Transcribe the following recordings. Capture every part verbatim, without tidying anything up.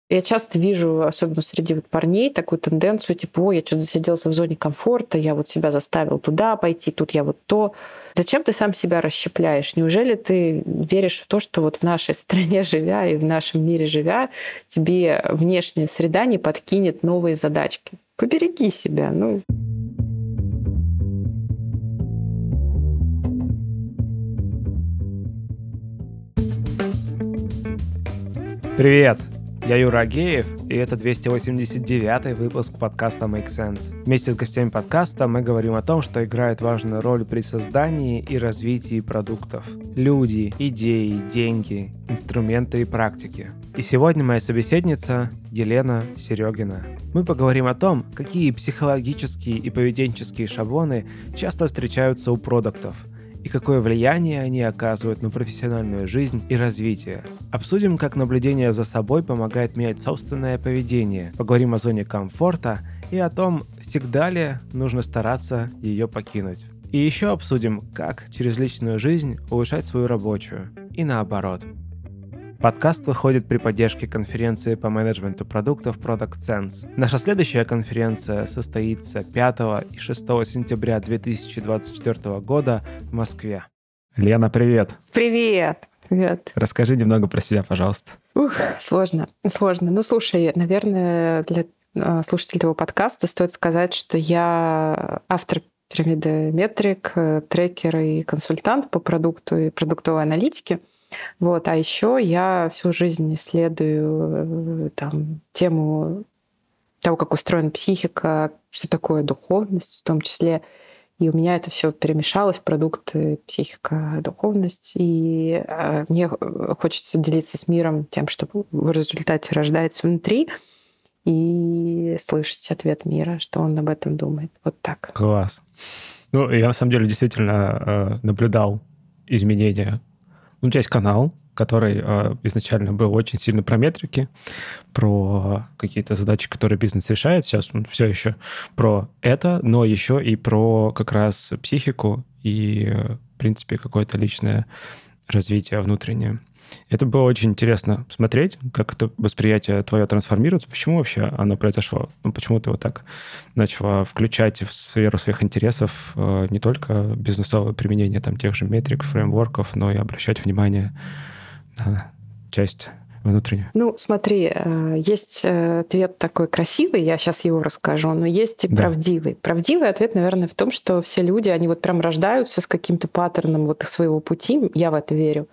Я часто вижу, особенно среди вот парней, такую тенденцию, типа, ой, я что-то засиделся в зоне комфорта, я вот себя заставил туда пойти, тут я вот то. Зачем ты сам себя расщепляешь? Неужели ты веришь в то, что вот в нашей стране живя и в нашем мире живя, тебе внешняя среда не подкинет новые задачки? Побереги себя, ну. Привет! Я Юра Агеев, и это двести восемьдесят девятый выпуск подкаста Make Sense. Вместе с гостями подкаста мы говорим о том, что играет важную роль при создании и развитии продуктов. Люди, идеи, деньги, инструменты и практики. И сегодня моя собеседница Елена Серегина. Мы поговорим о том, какие психологические и поведенческие шаблоны часто встречаются у продуктов, и какое влияние они оказывают на профессиональную жизнь и развитие. Обсудим, как наблюдение за собой помогает менять собственное поведение. Поговорим о зоне комфорта и о том, всегда ли нужно стараться ее покинуть. И еще обсудим, как через личную жизнь улучшать свою рабочую. И наоборот. Подкаст выходит при поддержке конференции по менеджменту продуктов Product Sense. Наша следующая конференция состоится пятого и шестого сентября две тысячи двадцать четвёртого года в Москве. Лена, привет! Привет! Привет. Расскажи немного про себя, пожалуйста. Ух, сложно, сложно. Ну, слушай, наверное, для слушателей этого подкаста стоит сказать, что я автор пирамиды метрик, трекер и консультант по продукту и продуктовой аналитике. Вот. А еще я всю жизнь исследую там, тему того, как устроена психика, что такое духовность в том числе. И у меня это все перемешалось, продукты, психика, духовность. И мне хочется делиться с миром тем, что в результате рождается внутри, и слышать ответ мира, что он об этом думает. Вот так. Класс. Ну, я на самом деле действительно наблюдал изменения. У тебя есть канал, который э, изначально был очень сильно про метрики, про какие-то задачи, которые бизнес решает. Сейчас он все еще про это, но еще и про как раз психику и, в принципе, какое-то личное развитие внутреннее. Это было очень интересно смотреть, как это восприятие твое трансформируется, почему вообще оно произошло, ну, почему ты вот так начала включать в сферу своих интересов э, не только бизнесовое применение там, тех же метрик, фреймворков, но и обращать внимание на часть внутреннюю. Ну, смотри, есть ответ такой красивый, я сейчас его расскажу, но есть и да. правдивый. Правдивый ответ, наверное, в том, что все люди, они вот прям рождаются с каким-то паттерном вот своего пути, я в это верю.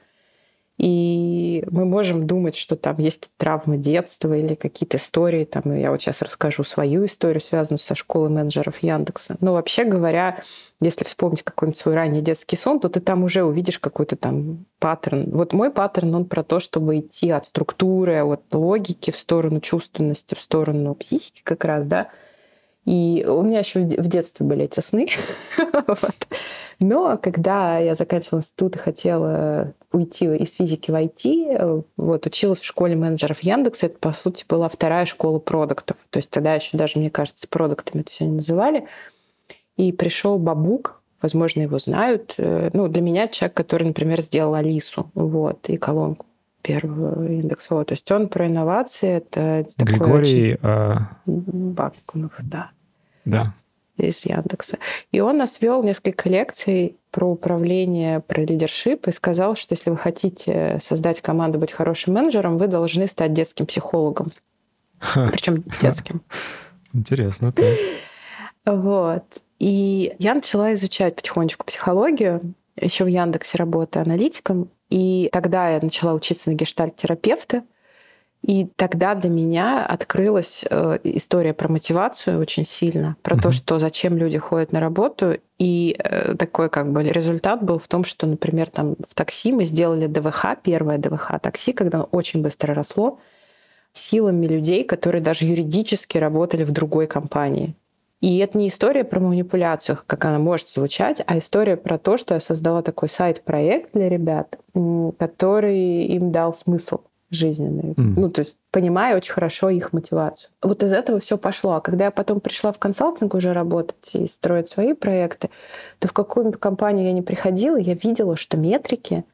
И мы можем думать, что там есть какие-то травмы детства или какие-то истории. Там, я вот сейчас расскажу свою историю, связанную со школой менеджеров Яндекса. Но вообще говоря, если вспомнить какой-нибудь свой ранний детский сон, то ты там уже увидишь какой-то там паттерн. Вот мой паттерн, он про то, чтобы идти от структуры, от логики в сторону чувственности, в сторону психики как раз, да. И у меня еще в детстве были эти сны. Вот. Но когда я заканчивала институт и хотела уйти из физики в ай ти, вот, училась в школе менеджеров Яндекса. Это, по сути, была вторая школа продуктов. То есть тогда еще даже, мне кажется, продуктами это все не называли. И пришел Бабук, возможно, его знают. Ну, для меня человек, который, например, сделал Алису, вот, и колонку первого индексового. То есть он про инновации. Это Григорий такой очень... Бакунов, да. Да. Из Яндекса. И он нас вел несколько лекций про управление, про лидершип и сказал, что если вы хотите создать команду, быть хорошим менеджером, вы должны стать детским психологом. Причем детским. Интересно, так. Вот. И я начала изучать потихонечку психологию, еще в Яндексе работая аналитиком. И тогда я начала учиться на гештальт-терапевта. И тогда для меня открылась э, история про мотивацию очень сильно, про uh-huh. то, что зачем люди ходят на работу. И э, такой как бы результат был в том, что, например, там в такси мы сделали ДВХ, первое ДВХ такси, когда оно очень быстро росло, силами людей, которые даже юридически работали в другой компании. И это не история про манипуляцию, как она может звучать, а история про то, что я создала такой сайт-проект для ребят, который им дал смысл жизненные. Mm. Ну, то есть понимаю очень хорошо их мотивацию. Вот из этого все пошло. А когда я потом пришла в консалтинг уже работать и строить свои проекты, то в какую-нибудь компанию я не приходила, я видела, что метрики —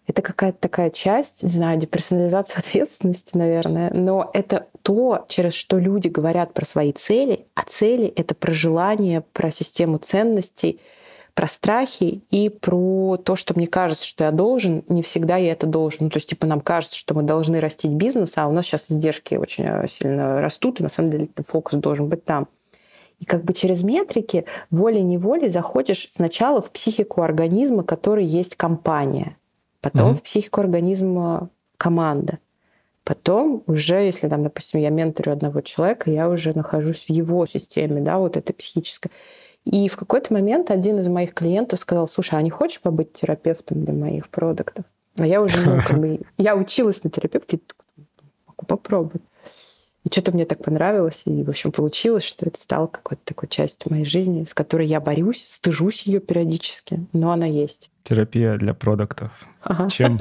Это какая-то такая часть, не знаю, деперсонализация ответственности, наверное, но это то, через что люди говорят про свои цели, а цели — это про желание, про систему ценностей, про страхи и про то, что мне кажется, что я должен, не всегда я это должен. Ну, то есть, типа, нам кажется, что мы должны растить бизнес, а у нас сейчас издержки очень сильно растут, и на самом деле фокус должен быть там. И как бы через метрики волей-неволей заходишь сначала в психику организма, который есть компания, потом mm-hmm. в психику организма команда. Потом уже, если, там, допустим, я менторю одного человека, я уже нахожусь в его системе, да, вот этой психической. И в какой-то момент один из моих клиентов сказал: слушай, а не хочешь побыть терапевтом для моих продуктов? А я уже, ну, как бы, я училась на терапевте, могу попробовать. И что-то мне так понравилось, и, в общем, получилось, что это стало какой-то такой частью моей жизни, с которой я борюсь, стыжусь ее периодически, но она есть. Терапия для продуктов. Ага. Чем?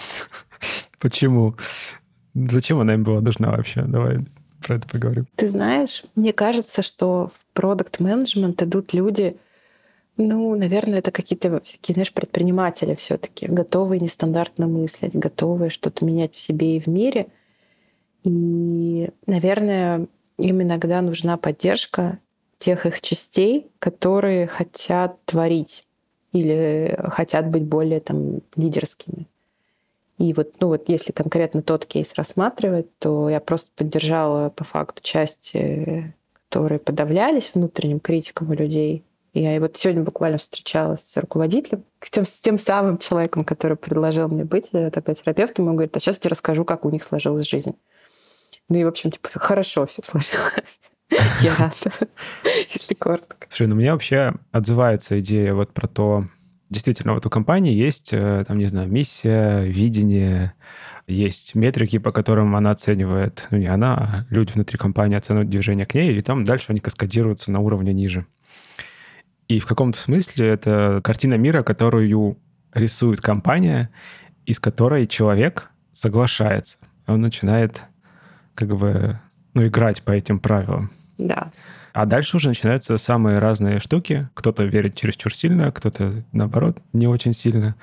Почему? Зачем она им была нужна вообще? Давай про это поговорим. Ты знаешь, мне кажется, что в продакт-менеджмент идут люди, ну, наверное, это какие-то всякие, знаешь, предприниматели все-таки, готовые нестандартно мыслить, готовые что-то менять в себе и в мире. И, наверное, им иногда нужна поддержка тех их частей, которые хотят творить или хотят быть более там лидерскими. И вот, ну вот если конкретно тот кейс рассматривать, то я просто поддержала по факту части, которые подавлялись внутренним критиком у людей. Я и вот сегодня буквально встречалась с руководителем, с тем, с тем самым человеком, который предложил мне быть такой терапевтом. Он говорит: а сейчас я тебе расскажу, как у них сложилась жизнь. Ну и, в общем, типа, хорошо все сложилось. Я рада, если коротко. Слушай, ну мне вообще отзывается идея вот про то, действительно, вот у компании есть, там, не знаю, миссия, видение, есть метрики, по которым она оценивает, ну не она, а люди внутри компании оценивают движение к ней, и там дальше они каскадируются на уровне ниже. И в каком-то смысле это картина мира, которую рисует компания, и с которой человек соглашается. Он начинает как бы, ну, играть по этим правилам. Да. А дальше уже начинаются самые разные штуки. Кто-то верит чересчур сильно, кто-то, наоборот, не очень сильно.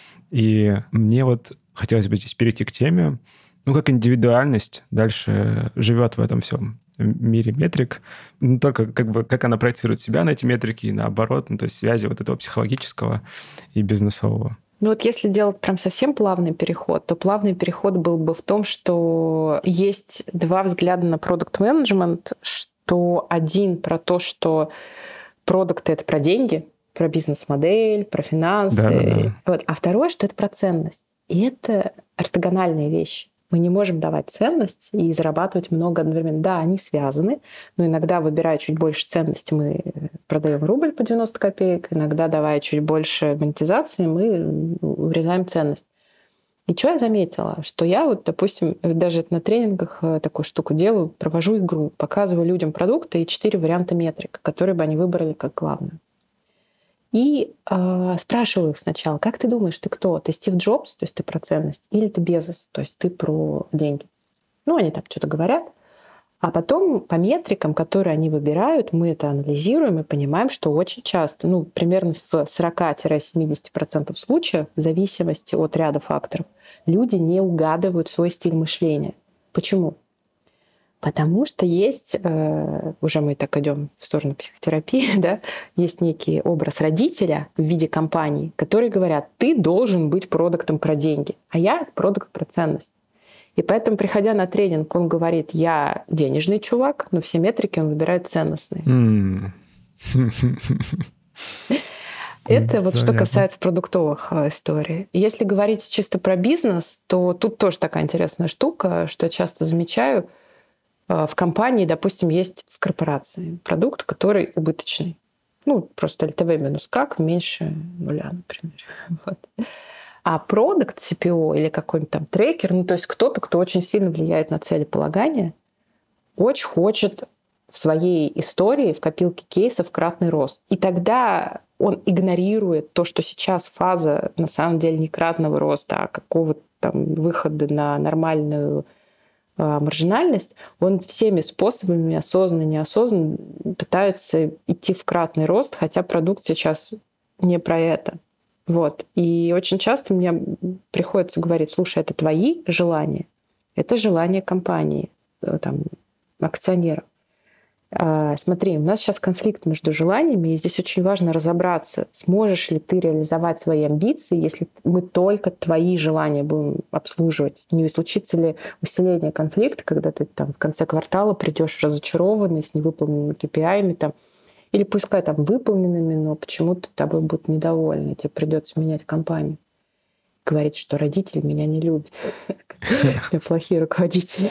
И мне вот хотелось бы здесь перейти к теме, ну, как индивидуальность дальше живет в этом всем мире метрик, не только как бы как она проецирует себя на эти метрики, и наоборот, ну, то есть связи вот этого психологического и бизнесового. Ну вот если делать прям совсем плавный переход, то плавный переход был бы в том, что есть два взгляда на продакт-менеджмент, что один про то, что продукты — это про деньги, про бизнес-модель, про финансы, да, да, да. Вот. А второе, что это про ценность. И это ортогональные вещи. Мы не можем давать ценность и зарабатывать много одновременно. Да, они связаны, но иногда, выбирая чуть больше ценности, мы продаем рубль по девяносто копеек, иногда, давая чуть больше монетизации, мы урезаем ценность. И что я заметила? Что я вот, допустим, даже на тренингах такую штуку делаю, провожу игру, показываю людям продукты и четыре варианта метрик, которые бы они выбрали как главное. И э, спрашиваю их сначала: как ты думаешь, ты кто? Ты Стив Джобс, то есть ты про ценность, или ты Безос, то есть ты про деньги? Ну, они там что-то говорят. А потом по метрикам, которые они выбирают, мы это анализируем и понимаем, что очень часто, ну, примерно в сорок-семьдесят процентов случаев, в зависимости от ряда факторов, люди не угадывают свой стиль мышления. Почему? Потому что есть, э, уже мы так идем в сторону психотерапии, да, есть некий образ родителя в виде компании, которые говорят: ты должен быть продуктом про деньги, а я продукт про ценность. И поэтому, приходя на тренинг, он говорит: я денежный чувак, но все метрики он выбирает ценностные. Это вот что касается продуктовых историй. Если говорить чисто про бизнес, то тут тоже такая интересная штука, что я часто замечаю. В компании, допустим, есть с корпорацией продукт, который убыточный. Ну, просто эл тэ вэ минус как меньше нуля, например. Вот. А продукт, си пи о или какой-нибудь там трекер, ну, то есть кто-то, кто очень сильно влияет на целеполагание, очень хочет в своей истории, в копилке кейсов кратный рост. И тогда он игнорирует то, что сейчас фаза на самом деле не кратного роста, а какого-то там выхода на нормальную маржинальность, он всеми способами, осознанно, неосознанно, пытается идти в кратный рост, хотя продукт сейчас не про это. Вот. И очень часто мне приходится говорить, слушай, это твои желания, это желание компании, там, акционеров. А, смотри, у нас сейчас конфликт между желаниями, и здесь очень важно разобраться, сможешь ли ты реализовать свои амбиции, если мы только твои желания будем обслуживать. Не случится ли усиление конфликта, когда ты там в конце квартала придешь разочарованный, с невыполненными кей пи ай-ами, там, или пускай там выполненными, но почему-то тобой будут недовольны, тебе придется менять компанию. Говорить, что родители меня не любят. Я плохие руководители.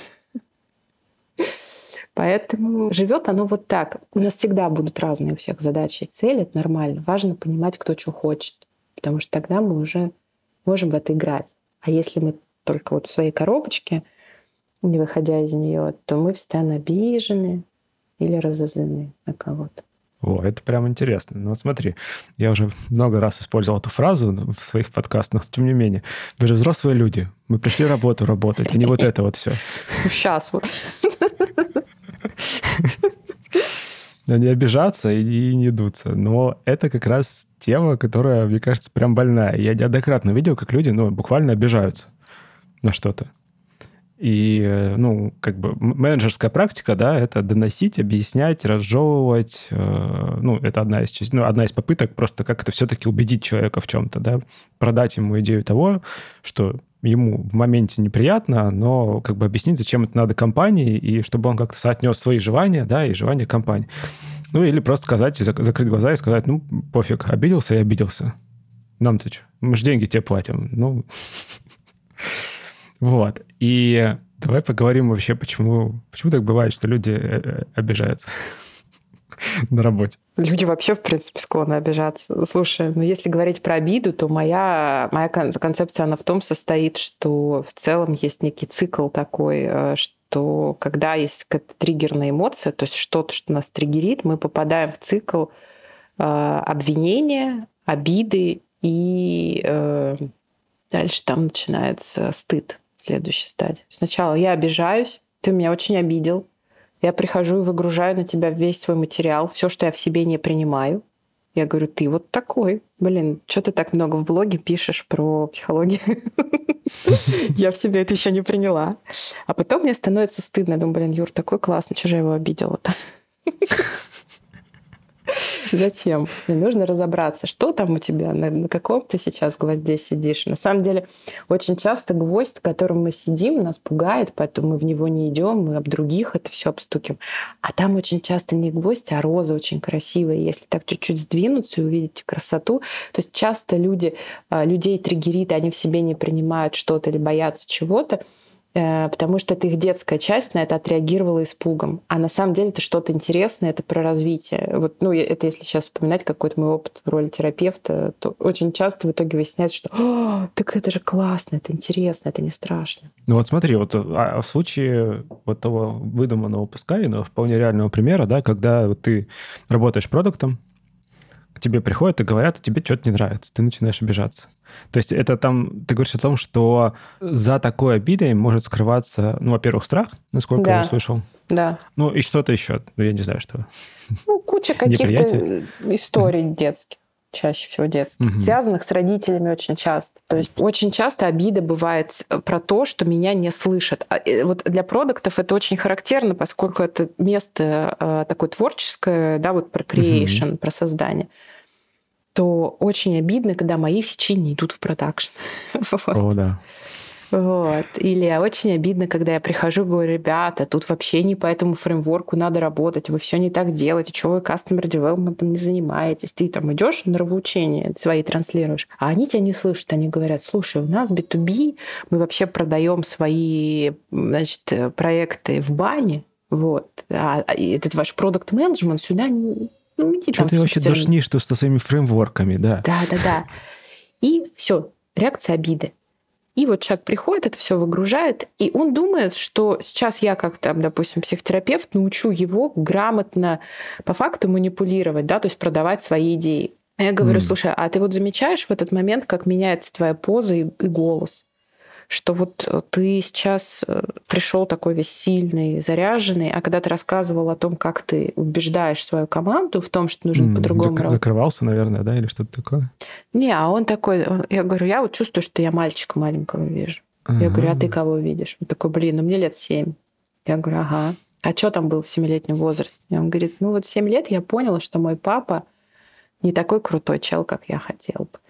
Поэтому живет оно вот так. У нас всегда будут разные у всех задачи и цели, это нормально. Важно понимать, кто что хочет, потому что тогда мы уже можем в это играть. А если мы только вот в своей коробочке, не выходя из нее, то мы постоянно обижены или разозлены на кого-то. О, это прям интересно. Ну вот смотри, я уже много раз использовал эту фразу в своих подкастах, но тем не менее, вы же взрослые люди, мы пришли работу работать, а не вот это вот все. Ну сейчас вот. Они обижаться и не дуться. Но это как раз тема, которая, мне кажется, прям больная. Я неоднократно видел, как люди, ну, буквально обижаются на что-то. И, ну, как бы менеджерская практика, да, это доносить, объяснять, разжевывать. Ну, это одна из, ну, одна из попыток просто как-то все-таки убедить человека в чем-то, да, продать ему идею того, что ему в моменте неприятно, но как бы объяснить, зачем это надо компании, и чтобы он как-то соотнес свои желания, да, и желания компании. Ну, или просто сказать, закрыть глаза и сказать, ну, пофиг, обиделся и обиделся. Нам-то что? Мы же деньги тебе платим. Ну, вот. И давай поговорим вообще, почему, почему так бывает, что люди обижаются на работе. Люди вообще, в принципе, склонны обижаться. Слушай, ну если говорить про обиду, то моя, моя концепция, она в том состоит, что в целом есть некий цикл такой, что когда есть какая-то триггерная эмоция, то есть что-то, что нас триггерит, мы попадаем в цикл обвинения, обиды, и дальше там начинается стыд, следующая стадия. Сначала я обижаюсь, ты меня очень обидел, я прихожу и выгружаю на тебя весь свой материал, все, что я в себе не принимаю. Я говорю, ты вот такой. Блин, что ты так много в блоге пишешь про психологию? Я в себе это еще не приняла. А потом мне становится стыдно. Я думаю, блин, Юр, такой классный, что же я его обидела-то? Зачем? Мне нужно разобраться, что там у тебя, на, на каком ты сейчас гвозде сидишь. На самом деле, очень часто гвоздь, в котором мы сидим, нас пугает, поэтому мы в него не идем, мы об других это все обстуким. А там очень часто не гвоздь, а роза очень красивая. Если так чуть-чуть сдвинуться и увидеть красоту, то есть часто люди, людей триггерит, они в себе не принимают что-то или боятся чего-то, потому что это их детская часть на это отреагировала испугом. А на самом деле это что-то интересное, это про развитие. Вот, ну, это если сейчас вспоминать какой-то мой опыт в роли терапевта, то очень часто в итоге выясняется, что «О, так это же классно, это интересно, это не страшно». Ну вот смотри, вот а в случае вот того выдуманного, пускай, но вполне реального примера, да, когда вот ты работаешь продуктом, к тебе приходят и говорят, тебе что-то не нравится, ты начинаешь обижаться. То есть это там, ты говоришь о том, что за такой обидой может скрываться, ну, во-первых, страх, насколько да. я услышал. Да. Ну, и что-то еще, ну, я не знаю, что. Ну, куча каких-то историй детских, чаще всего детских, угу. связанных с родителями очень часто. То есть очень часто обида бывает про то, что меня не слышат. Вот для продуктов это очень характерно, поскольку это место такое творческое, да, вот про creation, угу. про создание, то очень обидно, когда мои фичи не идут в продакшн. Вот. О, да. Вот. Или очень обидно, когда я прихожу и говорю, ребята, тут вообще не по этому фреймворку надо работать, вы все не так делаете, что вы customer development не занимаетесь. Ты там идешь на нравоучения свои транслируешь, а они тебя не слышат, они говорят, слушай, у нас би ту би, мы вообще продаем свои, значит, проекты в бане, вот, а этот ваш продакт-менеджмент сюда не... Ну, иди что там ты вообще душнишь что со своими фреймворками, да? Да, да, да. И все, реакция обиды. И вот человек приходит, это все выгружает, и он думает, что сейчас я как там, допустим, психотерапевт научу его грамотно по факту манипулировать, да, то есть продавать свои идеи. А я говорю, mm. слушай, а ты вот замечаешь в этот момент, как меняется твоя поза и, и голос? что вот ты сейчас пришел такой весь сильный, заряженный, а когда ты рассказывал о том, как ты убеждаешь свою команду в том, что нужно mm, по-другому зак- работать. Закрывался, наверное, да, или что-то такое? Не, а он такой, он, я говорю, я вот чувствую, что я мальчика маленького вижу. Uh-huh. Я говорю, а ты кого видишь? Он такой, блин, ну мне лет семь. Я говорю, ага. А что там был в семилетнем возрасте? И он говорит, ну вот в семь лет я поняла, что мой папа не такой крутой чел, как я хотел бы.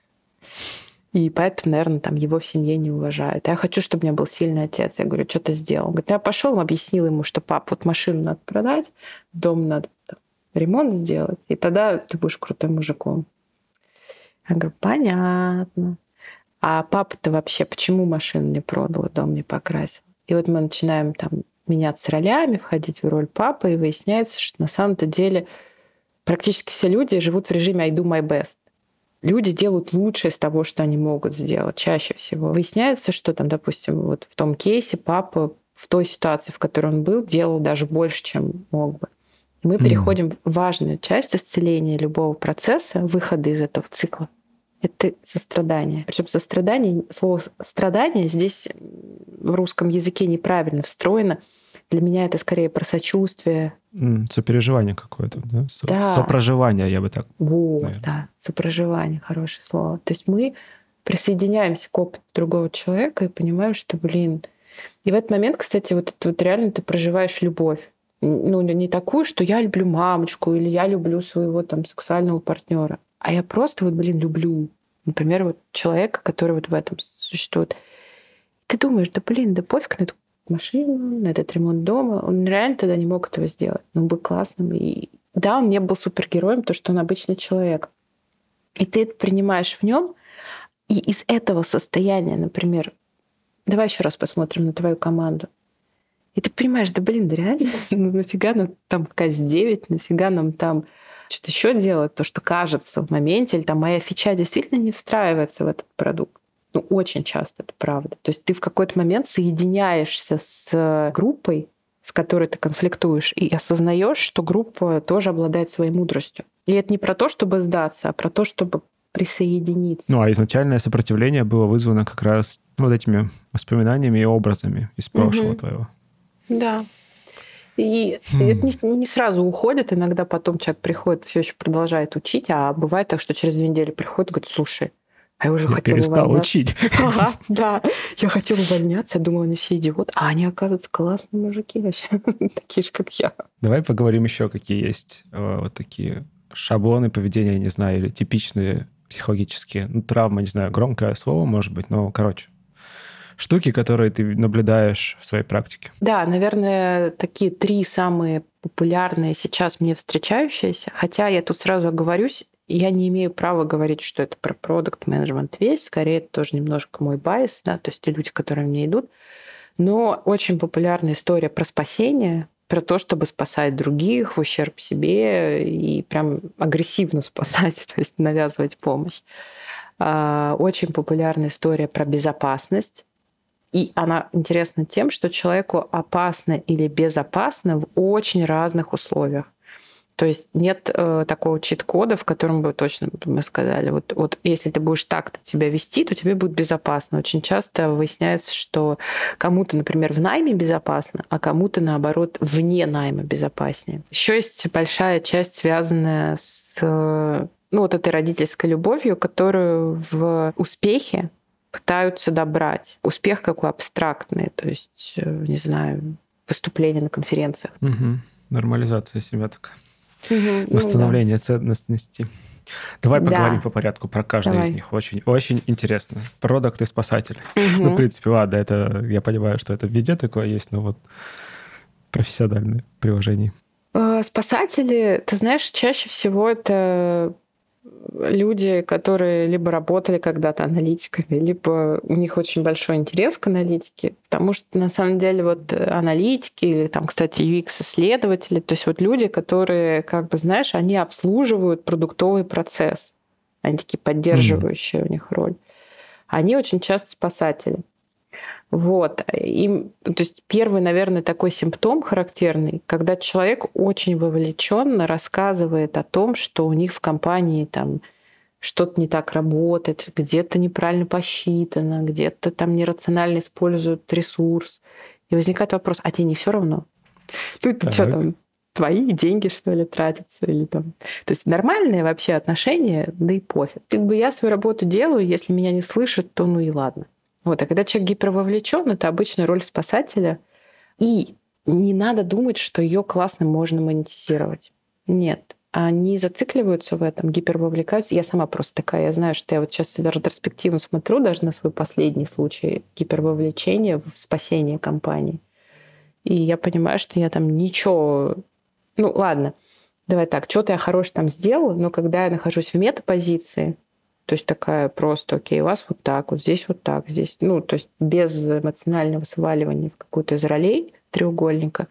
И поэтому, наверное, там его в семье не уважают. Я хочу, чтобы у меня был сильный отец. Я говорю, что ты сделал? Он говорит, я пошел, объяснил ему, что пап, вот машину надо продать, дом надо там, ремонт сделать, и тогда ты будешь крутым мужиком. Я говорю, понятно. А папа-то вообще почему машину не продал, дом не покрасил? И вот мы начинаем там меняться ролями, входить в роль папы, и выясняется, что на самом-то деле практически все люди живут в режиме I do my best. Люди делают лучшее из того, что они могут сделать чаще всего. Выясняется, что там, допустим, вот в том кейсе папа в той ситуации, в которой он был, делал даже больше, чем мог бы. И мы mm. переходим в важную часть исцеления любого процесса, выхода из этого цикла. Это сострадание. Причем сострадание, слово страдание здесь в русском языке неправильно встроено. Для меня это скорее про сочувствие. Mm, сопереживание какое-то, да? Со- да. Сопроживание, я бы так... Вот, наверное. Да, сопроживание, хорошее слово. То есть мы присоединяемся к опыту другого человека и понимаем, что, блин... И в этот момент, кстати, вот это вот реально ты проживаешь любовь. Ну, не такую, что я люблю мамочку или я люблю своего там сексуального партнера. А я просто вот, блин, люблю, например, вот человека, который вот в этом существует. Ты думаешь, да, блин, да пофиг на эту машину, на этот ремонт дома. Он реально тогда не мог этого сделать. Он был классным. И да, он не был супергероем, потому что он обычный человек. И ты это принимаешь в нем. И из этого состояния, например, давай еще раз посмотрим на твою команду. И ты понимаешь, да, блин, да реально, ну нафига нам там КАЗ девять, нафига нам там что-то еще делать, то, что кажется в моменте, или там моя фича действительно не встраивается в этот продукт. Ну, очень часто это правда. То есть ты в какой-то момент соединяешься с группой, с которой ты конфликтуешь, и осознаешь, что группа тоже обладает своей мудростью. И это не про то, чтобы сдаться, а про то, чтобы присоединиться. Ну, а изначальное сопротивление было вызвано как раз вот этими воспоминаниями и образами из прошлого угу. твоего. Да. И хм. это не, не сразу уходит. Иногда потом человек приходит, все еще продолжает учить, а бывает так, что через две недели приходит и говорит, слушай, а я уже я хотела перестал увольняться. учить. Ага, да. Я хотела увольняться, я думала, они все идиоты. А они, оказывается, классные мужики вообще, такие же, как я. Давай поговорим еще, какие есть вот такие шаблоны поведения, не знаю, или типичные психологические. Ну, травма, не знаю, громкое слово, может быть, но, короче, штуки, которые ты наблюдаешь в своей практике. Да, наверное, такие три самые популярные сейчас мне встречающиеся. Хотя я тут сразу оговорюсь, я не имею права говорить, что это про продакт-менеджмент весь. Скорее, это тоже немножко мой байс, да, то есть те люди, которые мне идут. Но очень популярная история про спасение, про то, чтобы спасать других в ущерб себе и прям агрессивно спасать, то есть навязывать помощь. Очень популярная история про безопасность. И она интересна тем, что человеку опасно или безопасно в очень разных условиях. То есть нет э, такого чит-кода, в котором бы точно мы сказали, вот, вот если ты будешь так-то себя вести, то тебе будет безопасно. Очень часто выясняется, что кому-то, например, в найме безопасно, а кому-то, наоборот, вне найма безопаснее. Еще есть большая часть, связанная с э, ну, вот этой родительской любовью, которую в успехе пытаются добрать. Успех какой абстрактный, то есть, не знаю, выступления на конференциях. Угу. Нормализация себя такая. Угу, Восстановление ну, да. ценностей. Давай поговорим да. по порядку про каждый Давай. из них. Очень, очень интересно. Продакт и спасатель. Угу. Ну, в принципе, ладно, это, я понимаю, что это везде такое есть, но вот профессиональное приложение. Спасатели, ты знаешь, чаще всего это люди, которые либо работали когда-то аналитиками, либо у них очень большой интерес к аналитике, потому что на самом деле вот аналитики или там, кстати, ю экс-исследователи, то есть вот люди, которые, как бы, знаешь, они обслуживают продуктовый процесс, они такие поддерживающие mm-hmm. у них роль. Они очень часто спасатели. Вот. Им, то есть первый, наверное, такой симптом характерный, когда человек очень вовлеченно рассказывает о том, что у них в компании там что-то не так работает, где-то неправильно посчитано, где-то там нерационально используют ресурс. И возникает вопрос, а тебе не все равно? Тут Так. что там, твои деньги, что ли, тратятся? Или там... То есть нормальные вообще отношения, да и пофиг. Как бы я свою работу делаю, если меня не слышат, то ну и ладно. Вот. А когда человек гипервовлечен, это обычно роль спасателя. И не надо думать, что ее классно можно монетизировать. Нет. Они зацикливаются в этом, гипервовлекаются. Я сама просто такая, я знаю, что я вот сейчас ретроспективно смотрю даже на свой последний случай гипервовлечения в спасение компании. И я понимаю, что я там ничего... Ну, ладно, давай так, что-то я хорошее там сделала, но когда я нахожусь в метапозиции, то есть такая просто, окей, у вас вот так, вот здесь вот так, здесь... Ну, то есть без эмоционального сваливания в какую-то из ролей треугольника,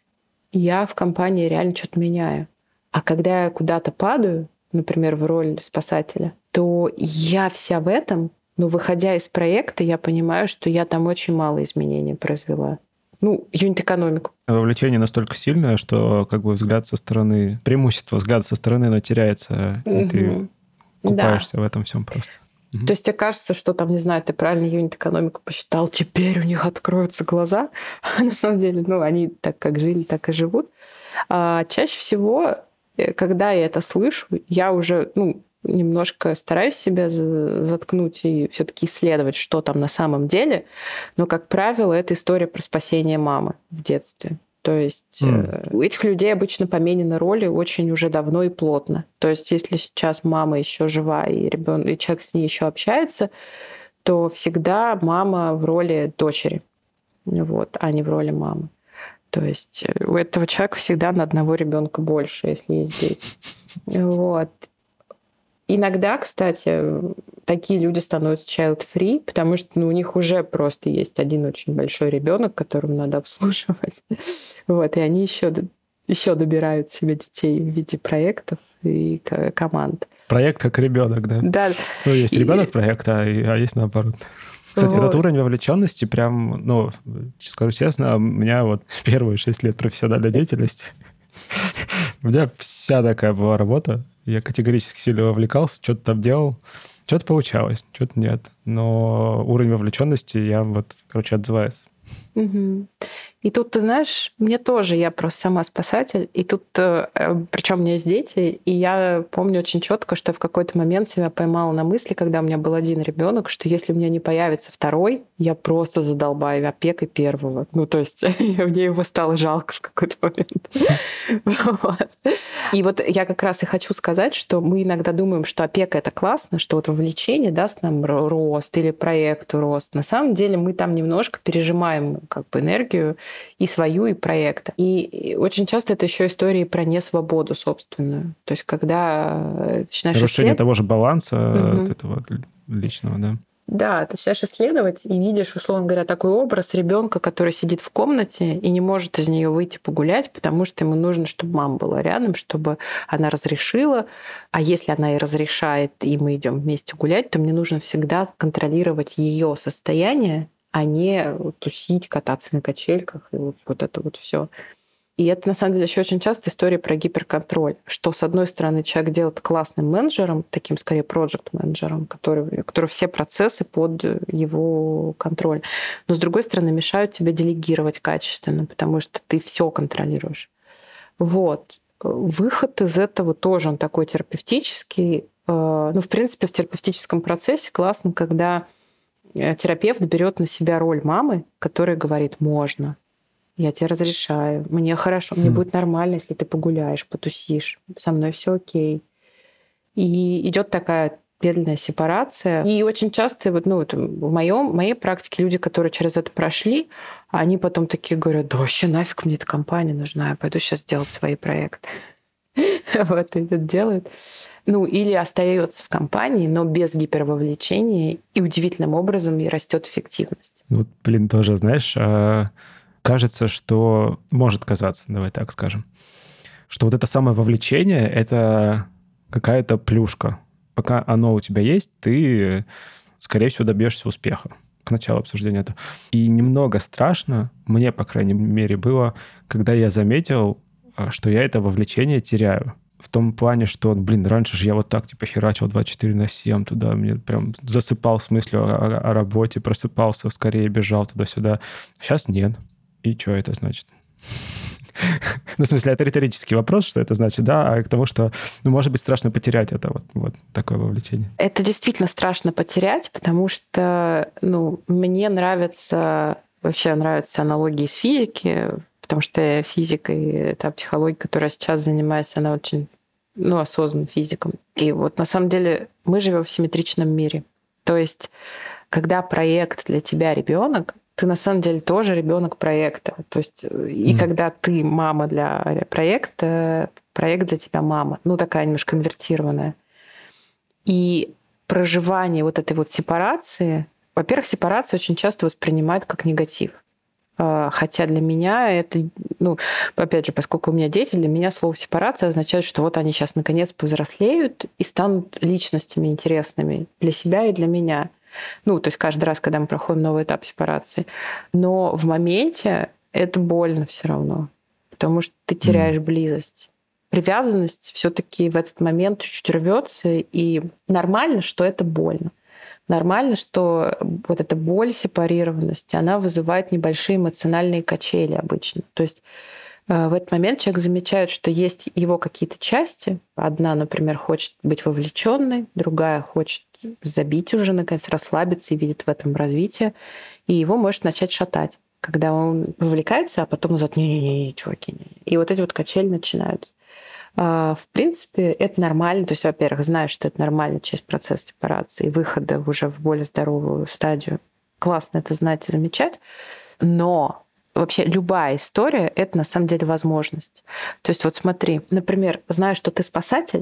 я в компании реально что-то меняю. А когда я куда-то падаю, например, в роль спасателя, то я вся в этом, но выходя из проекта, я понимаю, что я там очень мало изменений произвела. Ну, юнит-экономику. Вовлечение настолько сильное, что как бы взгляд со стороны, преимущество взгляда со стороны, оно теряется, и угу. ты купаешься да. в этом всем просто. Угу. То есть тебе кажется, что там, не знаю, ты правильно юнит-экономику посчитал, теперь у них откроются глаза. А на самом деле, ну, они так как жили, так и живут. А чаще всего, когда я это слышу, я уже, ну, немножко стараюсь себя заткнуть и все-таки исследовать, что там на самом деле. Но, как правило, это история про спасение мамы в детстве. То есть mm. у этих людей обычно поменены роли очень уже давно и плотно. То есть если сейчас мама еще жива и ребенок, и человек с ней еще общается, то всегда мама в роли дочери, вот, а не в роли мамы. То есть у этого человека всегда на одного ребенка больше, если есть дети. Вот. Иногда, кстати, такие люди становятся child-free, потому что ну, у них уже просто есть один очень большой ребенок, которому надо обслуживать. Вот, и они еще, еще добирают себе детей в виде проектов и команд. Проект как ребенок, да? Да. Ну, есть и... ребенок проекта, а есть наоборот. Кстати, вот. Этот уровень вовлеченности прям, ну, скажу честно, у меня вот первые шесть лет профессиональной деятельности, у меня вся такая была работа. Я категорически сильно вовлекался, что-то там делал, что-то получалось, что-то нет. Но уровень вовлеченности я вот, короче, отзываюсь. Угу. И тут, ты знаешь, мне тоже, я просто сама спасатель, и тут, причем у меня есть дети, и я помню очень четко, что в какой-то момент себя поймала на мысли, когда у меня был один ребенок, что если у меня не появится второй, я просто задолбаю опекой первого. Ну, то есть мне его стало жалко в какой-то момент. И вот я как раз и хочу сказать, что мы иногда думаем, что опека — это классно, что вот вовлечение даст нам рост или проекту рост. На самом деле мы там немножко пережимаем как бы энергию и свою, и проекта. И очень часто это еще истории про несвободу собственную. То есть когда начинаешь нарушение исследовать... того же баланса угу. от этого личного, да? Да, ты начинаешь исследовать и видишь, условно говоря, такой образ ребенка, который сидит в комнате и не может из нее выйти погулять, потому что ему нужно, чтобы мама была рядом, чтобы она разрешила. А если она и разрешает, и мы идем вместе гулять, то мне нужно всегда контролировать ее состояние, а не тусить, кататься на качельках и вот, вот это вот все. И это, на самом деле, еще очень часто история про гиперконтроль, что, с одной стороны, человек делает классным менеджером, таким, скорее, проект-менеджером, который, который все процессы под его контроль. Но, с другой стороны, мешают тебе делегировать качественно, потому что ты все контролируешь. Вот. Выход из этого тоже, он такой терапевтический. Ну, в принципе, в терапевтическом процессе классно, когда терапевт берет на себя роль мамы, которая говорит: можно, я тебе разрешаю, мне хорошо, мне хм. будет нормально, если ты погуляешь, потусишь, со мной все окей. И идет такая медленная сепарация. И очень часто, вот, ну, вот в моем, моей практике люди, которые через это прошли, они потом такие говорят: да вообще нафиг мне эта компания нужна, я пойду сейчас делать свои проекты. Вот, и это делает. Ну, или остается в компании, но без гипервовлечения, и удивительным образом и растет эффективность. Вот, блин, тоже, знаешь, кажется, что может казаться, давай так скажем, что вот это самое вовлечение — это какая-то плюшка. Пока оно у тебя есть, ты, скорее всего, добьешься успеха к началу обсуждения этого. И немного страшно, мне, по крайней мере, было, когда я заметил, что я это вовлечение теряю. в том плане, что, блин, раньше же я вот так, типа, херачил двадцать четыре на семь туда, мне прям засыпал с мыслью о, о работе, просыпался, скорее бежал туда-сюда. Сейчас нет. И что это значит? Ну, в смысле, это риторический вопрос, что это значит, да, а к тому, что, ну, может быть, страшно потерять это, вот, вот такое вовлечение. Это действительно страшно потерять, потому что, ну, мне нравится, вообще нравятся аналогии с физики, потому что физика и та психология, которая сейчас занимается, она очень, ну, осознанным физиком. И вот на самом деле мы живем в симметричном мире. То есть, когда проект для тебя ребенок, ты на самом деле тоже ребенок проекта. То есть, и mm. когда ты мама для проекта, проект для тебя мама. Ну, такая немножко инвертированная. И проживание вот этой вот сепарации, во-первых, сепарацию очень часто воспринимают как негатив. Хотя для меня это, ну, опять же, поскольку у меня дети, для меня слово сепарация означает, что вот они сейчас наконец повзрослеют и станут личностями интересными для себя и для меня. Ну, то есть каждый раз, когда мы проходим новый этап сепарации. Но в моменте это больно все равно, потому что ты теряешь mm. близость. Привязанность все-таки в этот момент чуть-чуть рвется, и нормально, что это больно. Нормально, что вот эта боль сепарированности, она вызывает небольшие эмоциональные качели обычно. То есть в этот момент человек замечает, что есть его какие-то части. Одна, например, хочет быть вовлеченной, другая хочет забить уже, наконец, расслабиться и видит в этом развитие. И его может начать шатать, когда он вовлекается, а потом назад «не-не-не, чуваки». Не. И вот эти вот качели начинаются. В принципе, это нормально. То есть, во-первых, знаешь, что это нормальная часть процесса сепарации, выхода уже в более здоровую стадию. Классно это знать и замечать. Но вообще любая история — это на самом деле возможность. То есть вот смотри, например, знаешь, что ты спасатель,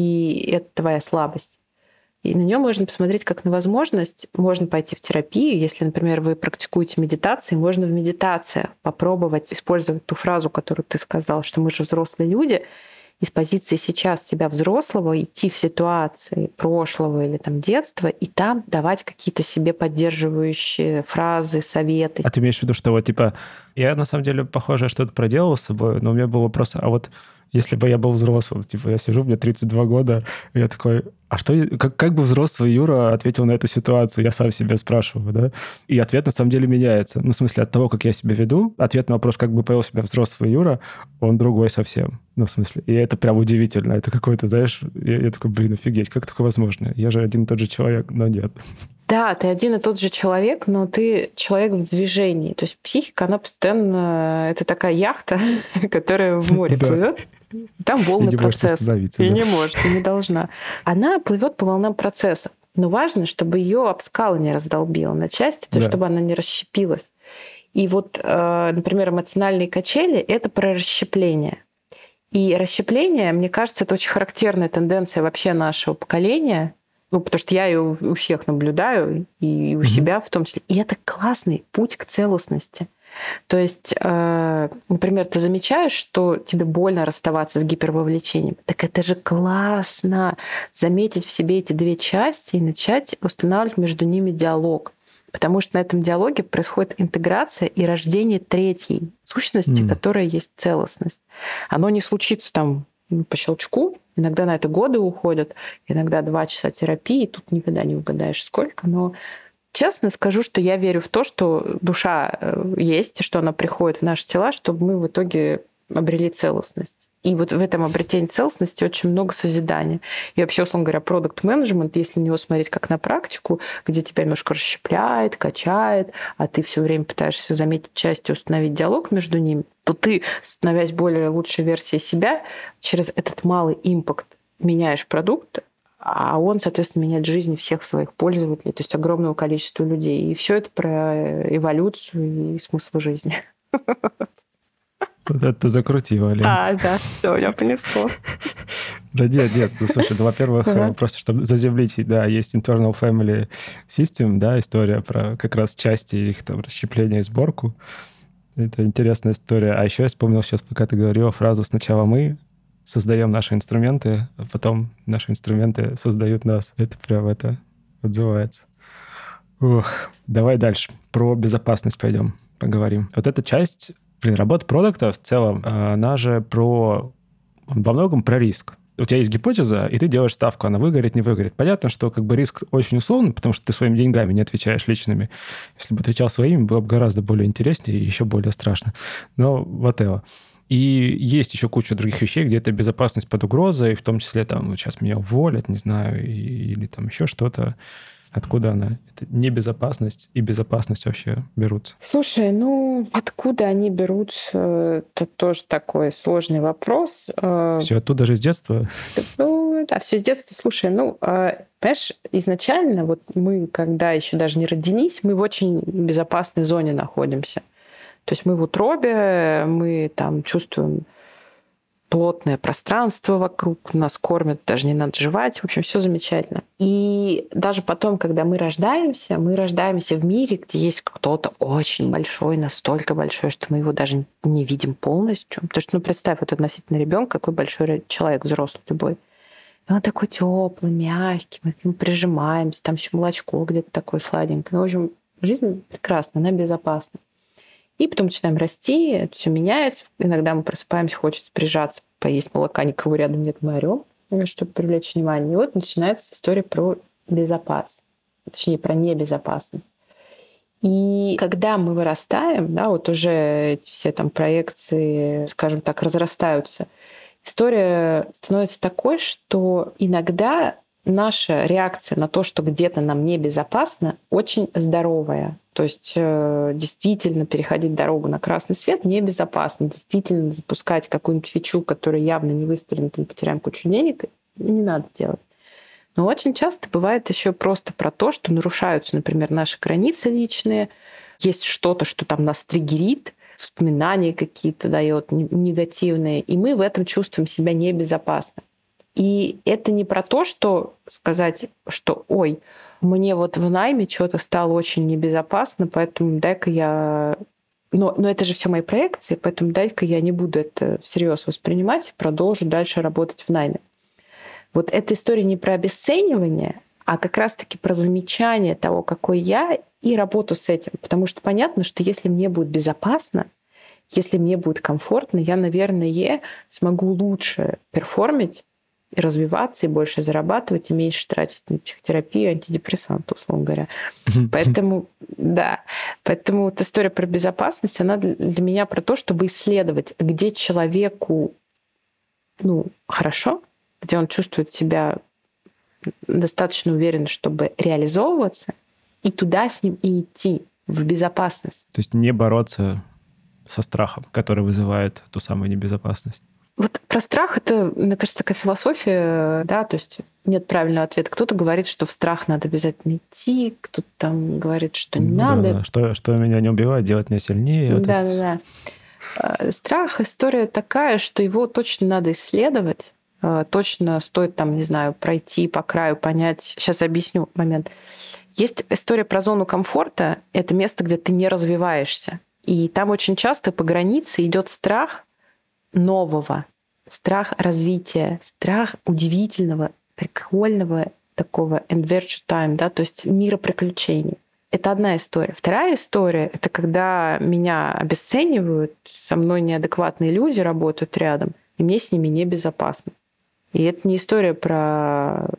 и это твоя слабость. И на нее можно посмотреть как на возможность. Можно пойти в терапию. Если, например, вы практикуете медитации, можно в медитации попробовать использовать ту фразу, которую ты сказал, что мы же взрослые люди, из позиции сейчас себя взрослого идти в ситуации прошлого или там детства и там давать какие-то себе поддерживающие фразы, советы. А ты имеешь в виду, что вот типа я на самом деле похоже что-то проделал с собой, но у меня был вопрос, а вот если бы я был взрослым, типа я сижу, мне тридцать два года, и я такой, а что, как, как бы взрослый Юра ответил на эту ситуацию? Я сам себя спрашиваю, да? И ответ на самом деле меняется. Ну, в смысле, от того, как я себя веду, ответ на вопрос, как бы повел себя взрослый Юра, он другой совсем. Ну, в смысле, и это прям удивительно. Это какой-то, знаешь, я, я такой, блин, офигеть, как такое возможно? Я же один и тот же человек, но нет. Да, ты один и тот же человек, но ты человек в движении. То есть психика, она постоянно... Это такая яхта, которая в море плывет. Там волны процесса. И да. не может, и не должна. Она плывет по волнам процесса. Но важно, чтобы ее об скалы не раздолбило на части, то есть да. чтобы она не расщепилась. И вот, например, эмоциональные качели — это про расщепление. И расщепление, мне кажется, это очень характерная тенденция вообще нашего поколения. Ну, потому что я ее у всех наблюдаю, и у mm-hmm. себя в том числе. И это классный путь к целостности. То есть, э, например, ты замечаешь, что тебе больно расставаться с гипервовлечением. Так это же классно заметить в себе эти две части и начать устанавливать между ними диалог. Потому что на этом диалоге происходит интеграция и рождение третьей сущности, mm. которая есть целостность. Оно не случится там по щелчку. Иногда на это годы уходят, иногда два часа терапии. Тут никогда не угадаешь, сколько. Но честно скажу, что я верю в то, что душа есть, и что она приходит в наши тела, чтобы мы в итоге обрели целостность. И вот в этом обретении целостности очень много созидания. И вообще, условно говоря, продакт-менеджмент, если на него смотреть как на практику, где тебя немножко расщепляет, качает, а ты все время пытаешься заметить части, установить диалог между ними, то ты, становясь более лучшей версией себя, через этот малый импакт меняешь продукт, а он, соответственно, меняет жизни всех своих пользователей, то есть огромного количества людей. И все это про эволюцию и смысл жизни. Вот это ты закрутила, Лен. А, да, все, я понесло. Да нет, нет, ну слушай, ну, во-первых, uh-huh. просто чтобы заземлить, да, есть Internal Family System, да, история про как раз части их там расщепления и сборку. Это интересная история. А еще я вспомнил сейчас, пока ты говорила фразу «сначала мы создаем наши инструменты, а потом наши инструменты создают нас». Это прям это отзывается. Ух, давай дальше. Про безопасность пойдем поговорим. Вот эта часть... Блин, работа продукта в целом, она же про во многом про риск. У тебя есть гипотеза, и ты делаешь ставку, она выгорит, не выгорит. Понятно, что как бы риск очень условный, потому что ты своими деньгами не отвечаешь личными. Если бы отвечал своими, было бы гораздо более интереснее и еще более страшно. Но whatever. И есть еще куча других вещей, где эта безопасность под угрозой, в том числе там вот сейчас меня уволят, не знаю, и, или там еще что-то. Откуда она? Это небезопасность и безопасность вообще берутся? Слушай, ну откуда они берутся, это тоже такой сложный вопрос. Все оттуда же с детства? Ну, да, все с детства. Слушай, ну, понимаешь, изначально вот мы, когда еще даже не родились, мы в очень безопасной зоне находимся. То есть мы в утробе, мы там чувствуем плотное пространство вокруг, нас кормят, даже не надо жевать. В общем, все замечательно. И даже потом, когда мы рождаемся, мы рождаемся в мире, где есть кто-то очень большой, настолько большой, что мы его даже не видим полностью. Потому что, ну, представь, вот относительно ребенка, какой большой человек, взрослый любой. И он такой теплый, мягкий, мы к нему прижимаемся, там еще молочко где-то такое сладенькое. Ну, в общем, жизнь прекрасна, она безопасна. И потом начинаем расти, это все меняется. Иногда мы просыпаемся, хочется прижаться, поесть молока, никого рядом нет, мы орём, чтобы привлечь внимание. И вот начинается история про безопасность, точнее, про небезопасность. И когда мы вырастаем, да, вот уже эти все там проекции, скажем так, разрастаются, история становится такой, что иногда наша реакция на то, что где-то нам небезопасно, очень здоровая. То есть э, действительно переходить дорогу на красный свет небезопасно. Действительно запускать какую-нибудь фичу, которая явно не выстрелит, мы потеряем кучу денег, не надо делать. Но очень часто бывает еще просто про то, что нарушаются, например, наши границы личные, есть что-то, что там нас триггерит, воспоминания какие-то дает негативные, и мы в этом чувствуем себя небезопасно. И это не про то, что сказать, что «Ой, мне вот в найме что-то стало очень небезопасно, поэтому дай-ка я...» Но, но это же все мои проекции, поэтому дай-ка я не буду это всерьез воспринимать и продолжу дальше работать в найме. Вот эта история не про обесценивание, а как раз-таки про замечание того, какой я, и работу с этим. Потому что понятно, что если мне будет безопасно, если мне будет комфортно, я, наверное, смогу лучше перформить, и развиваться, и больше зарабатывать, и меньше тратить на психотерапию, антидепрессанты, условно говоря. Поэтому, да, поэтому вот история про безопасность, она для меня про то, чтобы исследовать, где человеку, ну, хорошо, где он чувствует себя достаточно уверенно, чтобы реализовываться, и туда с ним и идти, в безопасность. То есть не бороться со страхом, который вызывает ту самую небезопасность. Вот про страх это, мне кажется, такая философия, да, то есть нет правильного ответа. Кто-то говорит, что в страх надо обязательно идти, кто-то там говорит, что не ну, надо. Да, да. Что, что меня не убивает, делать меня сильнее. Да, да, да. Страх — история такая, что его точно надо исследовать, точно стоит там, не знаю, пройти по краю, понять. Сейчас объясню момент. Есть история про зону комфорта. Это место, где ты не развиваешься. И там очень часто по границе идет страх нового, страх развития, страх удивительного, прикольного такого adventure time, да, то есть мира приключений. Это одна история. Вторая история — это когда меня обесценивают, со мной неадекватные люди работают рядом, и мне с ними небезопасно. И это не история про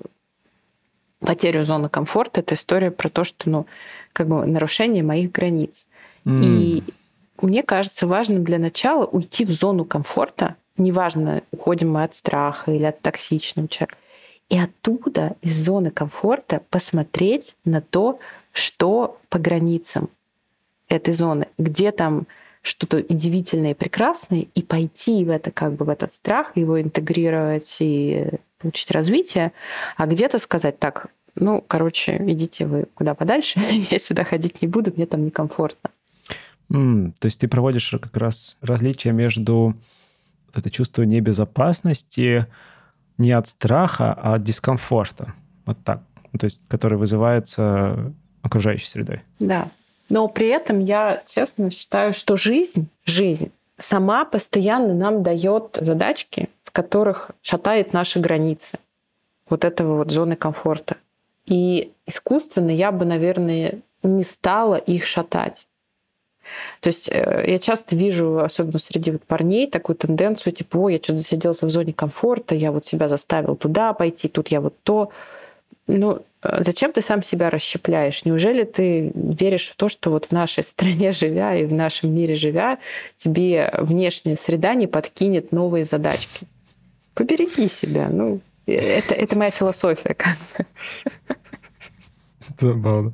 потерю зоны комфорта, это история про то, что, ну, как бы нарушение моих границ. Mm. И мне кажется важным для начала уйти в зону комфорта, неважно, уходим мы от страха или от токсичного человека, и оттуда, из зоны комфорта, посмотреть на то, что по границам этой зоны, где там что-то удивительное и прекрасное, и пойти в это, как бы в этот страх, его интегрировать и получить развитие, а где-то сказать так, ну, короче, идите вы куда подальше, я сюда ходить не буду, мне там некомфортно. Mm, то есть ты проводишь как раз различие между вот это чувство небезопасности не от страха, а от дискомфорта. Вот так. То есть который вызывается окружающей средой. Да. Но при этом я честно считаю, что жизнь, жизнь сама постоянно нам дает задачки, в которых шатает наши границы вот этого вот зоны комфорта. И искусственно я бы, наверное, не стала их шатать. То есть я часто вижу, особенно среди вот парней, такую тенденцию, типа, ой, я что-то засиделся в зоне комфорта, я вот себя заставил туда пойти, тут я вот то. Ну, зачем ты сам себя расщепляешь? Неужели ты веришь в то, что вот в нашей стране живя и в нашем мире живя, тебе внешняя среда не подкинет новые задачки? Побереги себя. Ну, это, это моя философия, как бы. Забавно.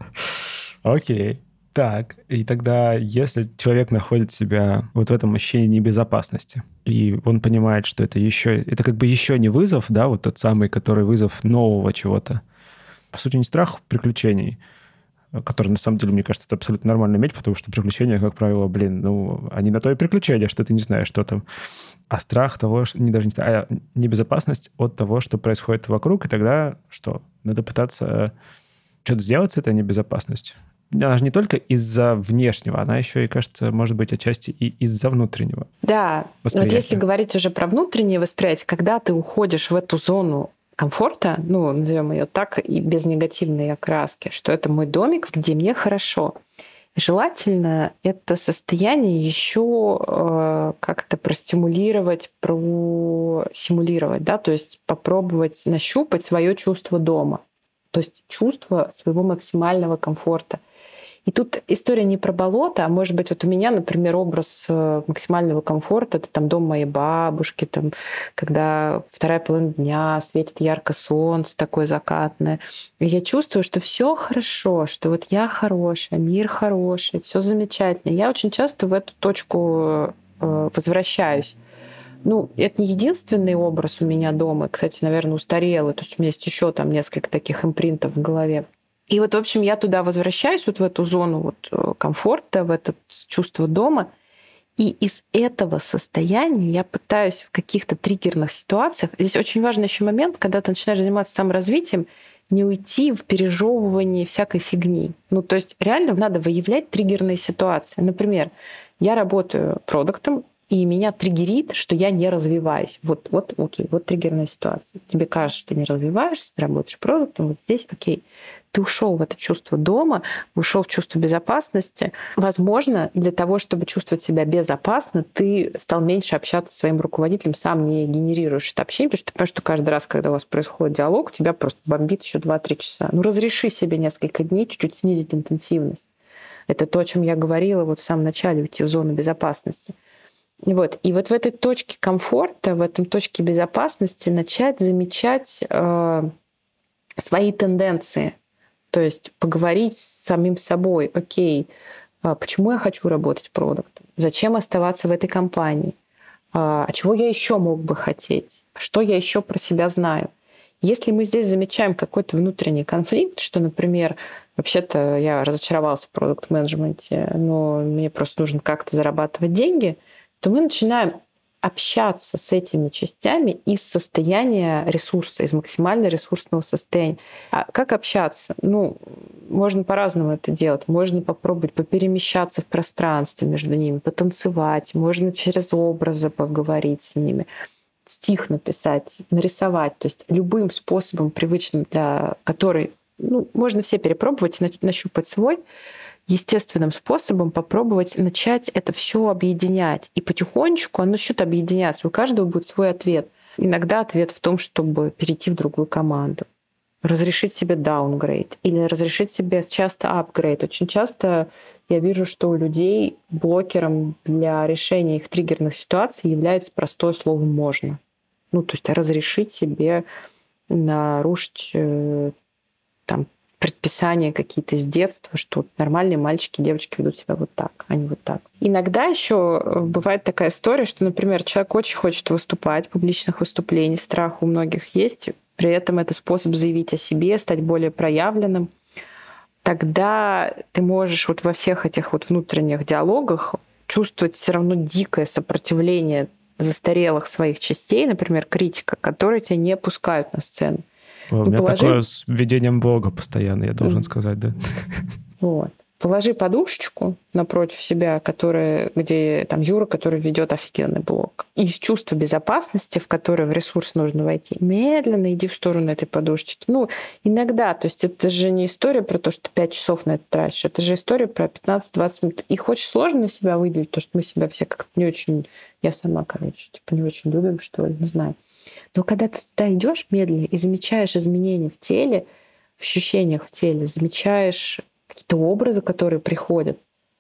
Окей. Так, и тогда, если человек находит себя вот в этом ощущении небезопасности, и он понимает, что это еще, это как бы еще не вызов, да, вот тот самый, который вызов нового чего-то, по сути, не страх приключений, который, на самом деле, мне кажется, это абсолютно нормально иметь, потому что приключения, как правило, блин, ну, они на то и приключения, что ты не знаешь, что там. А страх того, не даже не страх, а небезопасность от того, что происходит вокруг, и тогда что? Надо пытаться что-то сделать с этой небезопасностью. Она же не только из-за внешнего, она еще и, кажется, может быть отчасти и из-за внутреннего. Да, вот если говорить уже про внутреннее восприятие, когда ты уходишь в эту зону комфорта, ну, назовем ее так, и без негативной окраски, что это мой домик, где мне хорошо. Желательно это состояние еще э, как-то простимулировать, просимулировать, да, то есть попробовать нащупать свое чувство дома, то есть чувство своего максимального комфорта. И тут история не про болото, а может быть, вот у меня, например, образ максимального комфорта — это там дом моей бабушки, там, когда вторая половина дня, светит ярко солнце такое закатное. И я чувствую, что все хорошо, что вот я хорошая, мир хороший, все замечательно. Я очень часто в эту точку возвращаюсь. Ну, это не единственный образ у меня дома, кстати, наверное, устарелый. То есть у меня есть еще там несколько таких импринтов в голове. И вот, в общем, я туда возвращаюсь, вот в эту зону вот комфорта, в это чувство дома. И из этого состояния я пытаюсь в каких-то триггерных ситуациях... Здесь очень важный еще момент, когда ты начинаешь заниматься саморазвитием, не уйти в пережевывание всякой фигни. Ну, то есть реально надо выявлять триггерные ситуации. Например, я работаю продуктом, и меня триггерит, что я не развиваюсь. Вот, вот, окей, вот триггерная ситуация. Тебе кажется, что ты не развиваешься, ты работаешь продуктом, вот здесь, окей. Ты ушел в это чувство дома, ушел в чувство безопасности. Возможно, для того, чтобы чувствовать себя безопасно, ты стал меньше общаться со своим руководителем, сам не генерируешь это общение, потому что ты понимаешь, что каждый раз, когда у вас происходит диалог, у тебя просто бомбит еще два-три часа. Ну, разреши себе несколько дней чуть-чуть снизить интенсивность. Это то, о чем я говорила вот в самом начале, уйти в зону безопасности. Вот. И вот в этой точке комфорта, в этом точке безопасности начать замечать э, свои тенденции. То есть поговорить с самим собой. Окей, почему я хочу работать продуктом? Зачем оставаться в этой компании? А чего я еще мог бы хотеть? Что я еще про себя знаю? Если мы здесь замечаем какой-то внутренний конфликт, что, например, вообще-то я разочаровался в продукт-менеджменте, но мне просто нужно как-то зарабатывать деньги, то мы начинаем общаться с этими частями из состояния ресурса, из максимально ресурсного состояния. А как общаться? Ну, можно по-разному это делать. Можно попробовать поперемещаться в пространстве между ними, потанцевать, можно через образы поговорить с ними, стих написать, нарисовать. То есть любым способом, привычным для который, ну, можно все перепробовать, нащупать свой, естественным способом попробовать начать это все объединять. И потихонечку оно начнет объединяться. У каждого будет свой ответ. Иногда ответ в том, чтобы перейти в другую команду, разрешить себе даунгрейд или разрешить себе часто апгрейд. Очень часто я вижу, что у людей блокером для решения их триггерных ситуаций является простое слово «можно». Ну, то есть разрешить себе нарушить там, предписания какие-то с детства, что нормальные мальчики и девочки ведут себя вот так, а не вот так. Иногда еще бывает такая история, что, например, человек очень хочет выступать, публичных выступлений, страх у многих есть, при этом это способ заявить о себе, стать более проявленным. Тогда ты можешь вот во всех этих вот внутренних диалогах чувствовать все равно дикое сопротивление застарелых своих частей, например, критика, которые тебя не пускают на сцену. У меня положи... такое с ведением блога постоянно, я должен mm. сказать, да. Вот. положи подушечку напротив себя, которая, где там Юра, который ведет офигенный блог. И из чувства безопасности, в которое в ресурс нужно войти, медленно иди в сторону этой подушечки. Ну, иногда, то есть это же не история про то, что пять часов на это тратишь, это же история про пятнадцать-двадцать минут. Их очень сложно себя выделить, потому что мы себя все как-то не очень, я сама, короче, типа не очень любим, что ли, не знаю. Но когда ты туда идешь медленно и замечаешь изменения в теле, в ощущениях в теле, замечаешь какие-то образы, которые приходят,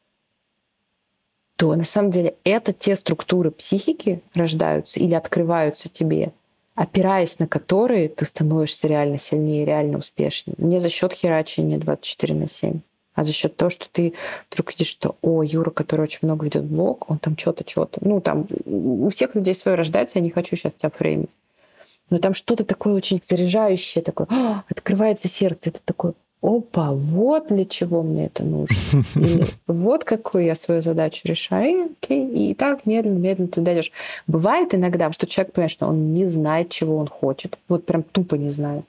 то на самом деле это те структуры психики рождаются или открываются тебе, опираясь на которые ты становишься реально сильнее, реально успешнее. Не за счет херачения двадцать четыре на семь, а за счет того, что ты вдруг видишь, что, о, Юра, который очень много ведет блог, он там что-то, что-то. Ну, там у всех людей свое рождается, я не хочу сейчас тебя фреймить. Но там что-то такое очень заряжающее, такое, открывается сердце, это такое, опа, вот для чего мне это нужно. Или вот какую я свою задачу решаю. Окей. И так медленно-медленно ты дойдешь. Бывает иногда, что человек понимает, что он не знает, чего он хочет. Вот прям тупо не знает.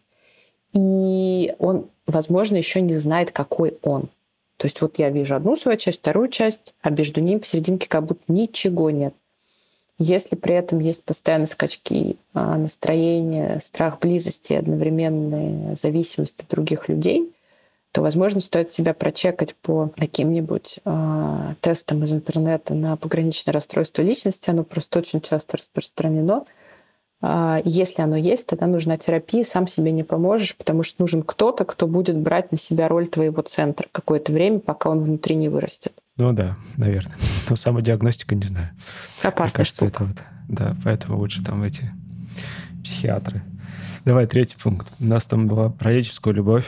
И он, возможно, еще не знает, какой он. То есть вот я вижу одну свою часть, вторую часть, а между ними посерединке как будто ничего нет. Если при этом есть постоянные скачки настроения, страх близости и одновременная зависимость от других людей, то, возможно, стоит себя прочекать по каким-нибудь э, тестам из интернета на пограничное расстройство личности. Оно просто очень часто распространено. Э, если оно есть, тогда нужна терапия, сам себе не поможешь, потому что нужен кто-то, кто будет брать на себя роль твоего центра какое-то время, пока он внутри не вырастет. Ну да, наверное. Но самодиагностика, не знаю. Опасная кажется, штука. Это вот, да, поэтому лучше там эти психиатры. Давай третий пункт. У нас там была про родительскую любовь.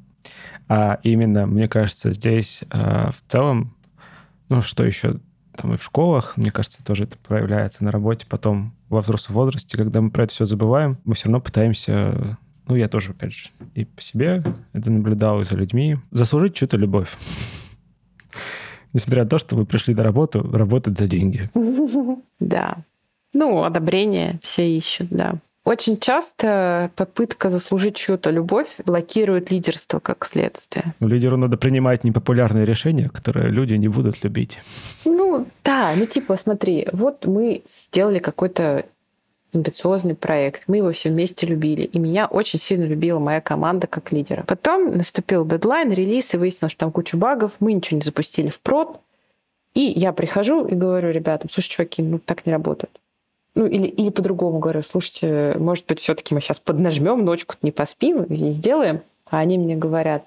А именно, мне кажется, здесь э, в целом, ну что еще, там и в школах, мне кажется, тоже это проявляется на работе, потом во взрослом возрасте, когда мы про это все забываем, мы все равно пытаемся, ну я тоже, опять же, и по себе это наблюдал, и за людьми, заслужить чью-то любовь. Несмотря на то, что вы пришли на работу, работать за деньги. Да. Ну, одобрение все ищут, да. Очень часто попытка заслужить чью-то любовь блокирует лидерство как следствие. Лидеру надо принимать непопулярные решения, которые люди не будут любить. Ну, да, ну типа, смотри, вот мы делали какой-то амбициозный проект, мы его все вместе любили, и меня очень сильно любила моя команда как лидера. Потом наступил дедлайн, релиз, и выяснилось, что там куча багов, мы ничего не запустили в прод, и я прихожу и говорю ребятам, слушай, чуваки, ну так не работает. Ну, или, или по-другому говорю, слушайте, может быть, все-таки мы сейчас поднажмем, ночку не поспим и не сделаем. А они мне говорят,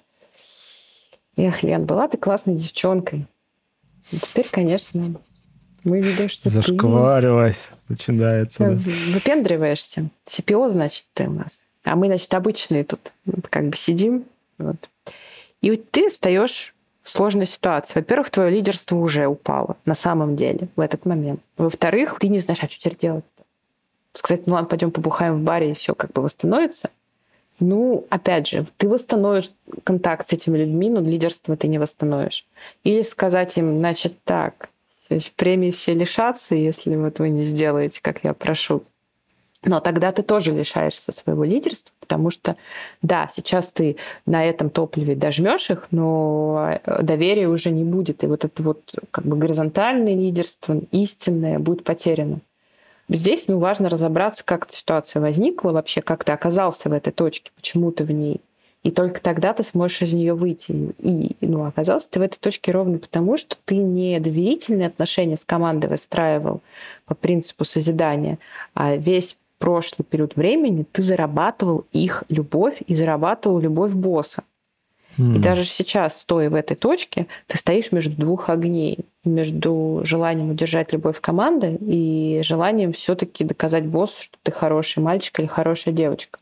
эх, Лен, была ты классной девчонкой. И теперь, конечно, мы видим, что зашкварилась, ты начинается. Да. Выпендриваешься. си пи о, значит, ты у нас. А мы, значит, обычные тут вот, как бы сидим. Вот. И вот ты встаешь в сложной ситуации. Во-первых, твое лидерство уже упало на самом деле в этот момент. Во-вторых, ты не знаешь, а что теперь делать-то? Сказать, ну ладно, пойдем побухаем в баре, и все как бы восстановится. Ну, опять же, ты восстановишь контакт с этими людьми, но лидерство ты не восстановишь. Или сказать им, значит, так, премии все лишатся, если вот вы не сделаете, как я прошу. Но тогда ты тоже лишаешься своего лидерства, потому что, да, сейчас ты на этом топливе дожмешь их, но доверия уже не будет. И вот это вот как бы горизонтальное лидерство, истинное, будет потеряно. Здесь ну, важно разобраться, как эта ситуация возникла, вообще как ты оказался в этой точке, почему ты в ней. И только тогда ты сможешь из нее выйти. И ну, оказался ты в этой точке ровно потому, что ты не доверительные отношения с командой выстраивал по принципу созидания, а весь прошлый период времени ты зарабатывал их любовь и зарабатывал любовь босса. Mm. И даже сейчас, стоя в этой точке, ты стоишь между двух огней. Между желанием удержать любовь команды и желанием все-таки доказать боссу, что ты хороший мальчик или хорошая девочка.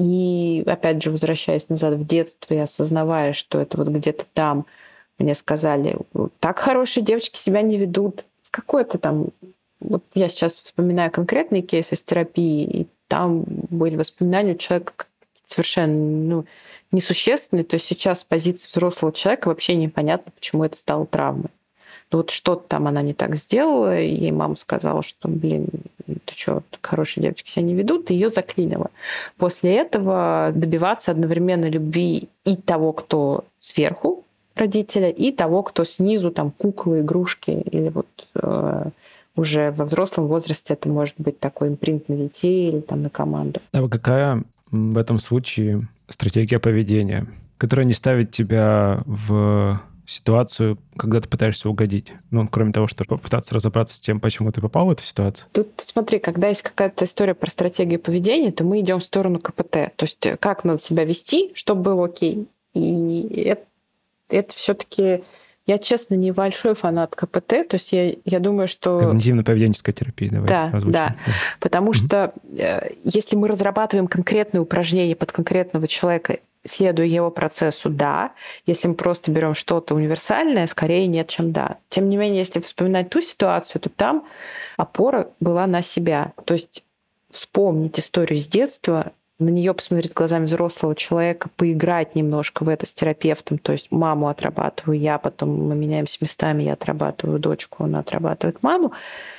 И опять же, возвращаясь назад в детство и осознавая, что это вот где-то там мне сказали, так хорошие девочки себя не ведут. Какое-то там... Вот я сейчас вспоминаю конкретные кейсы с терапии, и там были воспоминания у человека совершенно ну, несущественные. То есть сейчас с позиции взрослого человека вообще непонятно, почему это стало травмой. Но вот что-то там она не так сделала, и ей мама сказала, что, блин, ты что, хорошие девочки себя не ведут, и ее заклинило. После этого добиваться одновременно любви и того, кто сверху, родителя, и того, кто снизу, там, куклы, игрушки, или вот э, уже во взрослом возрасте это может быть такой импринт на детей или там на команду. А какая в этом случае стратегия поведения, которая не ставит тебя в ситуацию, когда ты пытаешься угодить? Ну, кроме того, что попытаться разобраться с тем, почему ты попал в эту ситуацию. Тут смотри, когда есть какая-то история про стратегию поведения, то мы идем в сторону ка пэ тэ. То есть как надо себя вести, чтобы было окей. И это, это все-таки... Я, честно, небольшой фанат ка пэ тэ. То есть я, я думаю, что... Когнитивно-поведенческая терапия. Давай да, озвучим. да. Потому mm-hmm. что э, если мы разрабатываем конкретные упражнения под конкретного человека, следуя его процессу, да. Если мы просто берем что-то универсальное, скорее нет, чем да. Тем не менее, если вспоминать ту ситуацию, то там опора была на себя. То есть вспомнить историю с детства, на нее посмотреть глазами взрослого человека, поиграть немножко в это с терапевтом. То есть маму отрабатываю я, потом мы меняемся местами, я отрабатываю дочку, она отрабатывает маму.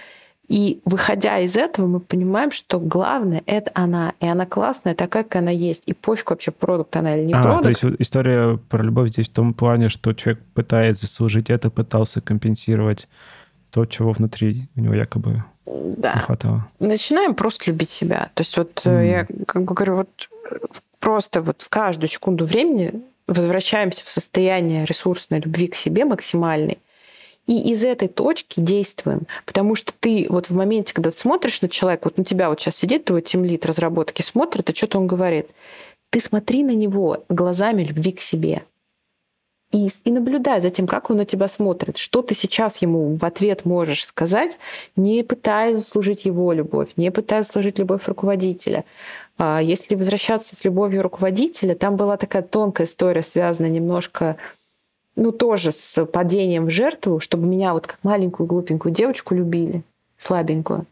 И выходя из этого, мы понимаем, что главное — это она. И она классная, такая, как она есть. И пофиг вообще, продукт она или не а, продукт. То есть вот история про любовь здесь в том плане, что человек пытается заслужить это, пытался компенсировать то, чего внутри у него якобы да. не хватало. Начинаем просто любить себя. То есть вот mm. я как бы говорю, вот просто вот в каждую секунду времени возвращаемся в состояние ресурсной любви к себе максимальной. И из этой точки действуем. Потому что ты вот в моменте, когда ты смотришь на человека, вот на тебя вот сейчас сидит твой тимлид разработки, смотрит, и что-то он говорит. Ты смотри на него глазами любви к себе. И, и наблюдай за тем, как он на тебя смотрит. Что ты сейчас ему в ответ можешь сказать, не пытаясь заслужить его любовь, не пытаясь заслужить любовь руководителя. Если возвращаться с любовью руководителя, там была такая тонкая история, связанная немножко... ну, тоже с падением в жертву, чтобы меня вот как маленькую глупенькую девочку любили, слабенькую.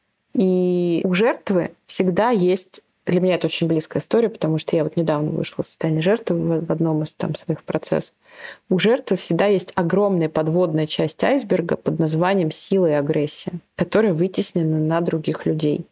И у жертвы всегда есть... Для меня это очень близкая история, потому что я вот недавно вышла из состояния жертвы в одном из там своих процессов. У жертвы всегда есть огромная подводная часть айсберга под названием сила и агрессия, которая вытеснена на других людей.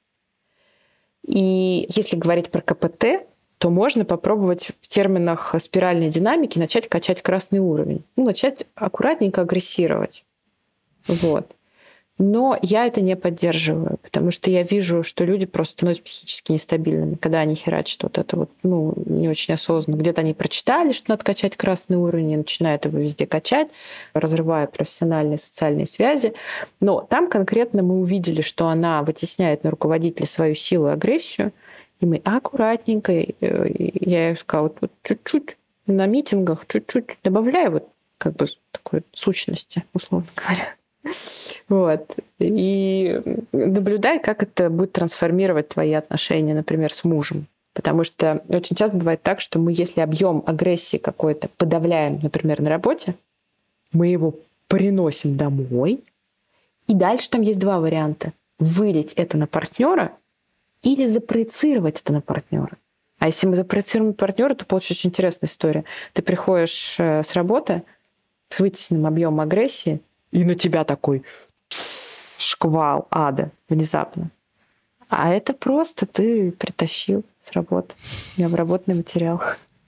И если говорить про ка пэ тэ, то можно попробовать в терминах спиральной динамики начать качать красный уровень. Ну, начать аккуратненько агрессировать. Вот. Но я это не поддерживаю, потому что я вижу, что люди просто становятся психически нестабильными, когда они херачат вот это вот, ну, не очень осознанно. Где-то они прочитали, что надо качать красный уровень, и начинают его везде качать, разрывая профессиональные социальные связи. Но там конкретно мы увидели, что она вытесняет на руководителя свою силу и агрессию, и мы аккуратненько, я ей сказала, вот чуть-чуть на митингах, чуть-чуть добавляй вот как бы такой сущности, условно говоря. Вот. И наблюдай, как это будет трансформировать твои отношения, например, с мужем. Потому что очень часто бывает так, что мы, если объем агрессии какой-то подавляем, например, на работе, мы его приносим домой, и дальше там есть два варианта. Вылить это на партнера или запроецировать это на партнера. А если мы запроецируем на партнера, то получится очень интересная история. Ты приходишь с работы с вытесненным объемом агрессии, и на тебя такой шквал ада внезапно. А это просто ты притащил с работы необработанный материал.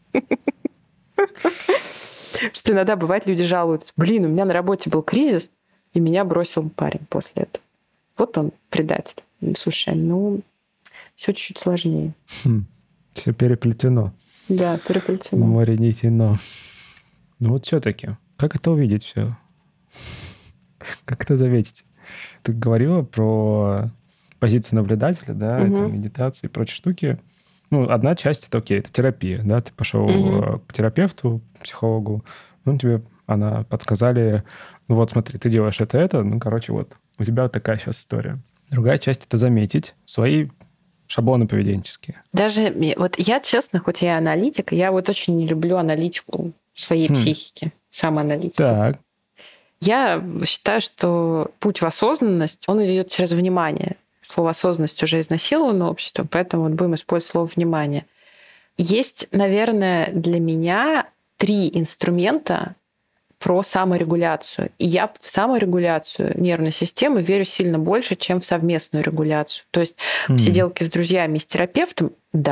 Что иногда бывает, люди жалуются. Блин, у меня на работе был кризис, и меня бросил парень после этого. Вот он, предатель. Слушай, ну, все чуть-чуть сложнее. Хм, все переплетено. Да, переплетено. Море нитяно. Ну вот все-таки, как это увидеть все? Как это заметить? Ты говорила про позицию наблюдателя, да, угу. это медитация и прочие штуки. Ну, одна часть — это окей, это терапия, да, ты пошел угу. к терапевту, психологу, ну, тебе она подсказали, ну, вот смотри, ты делаешь это-это, ну, короче, вот, у тебя вот такая сейчас история. Другая часть — это заметить свои шаблоны поведенческие. Даже вот я, честно, хоть я аналитик, я вот очень не люблю аналитику своей хм. психики, самоаналитику. Так. Я считаю, что путь в осознанность, он идет через внимание. Слово осознанность уже изнасиловано обществом, поэтому вот будем использовать слово внимание. Есть, наверное, для меня три инструмента про саморегуляцию. И я в саморегуляцию нервной системы верю сильно больше, чем в совместную регуляцию. То есть mm. в сиделке с друзьями и с терапевтом — да.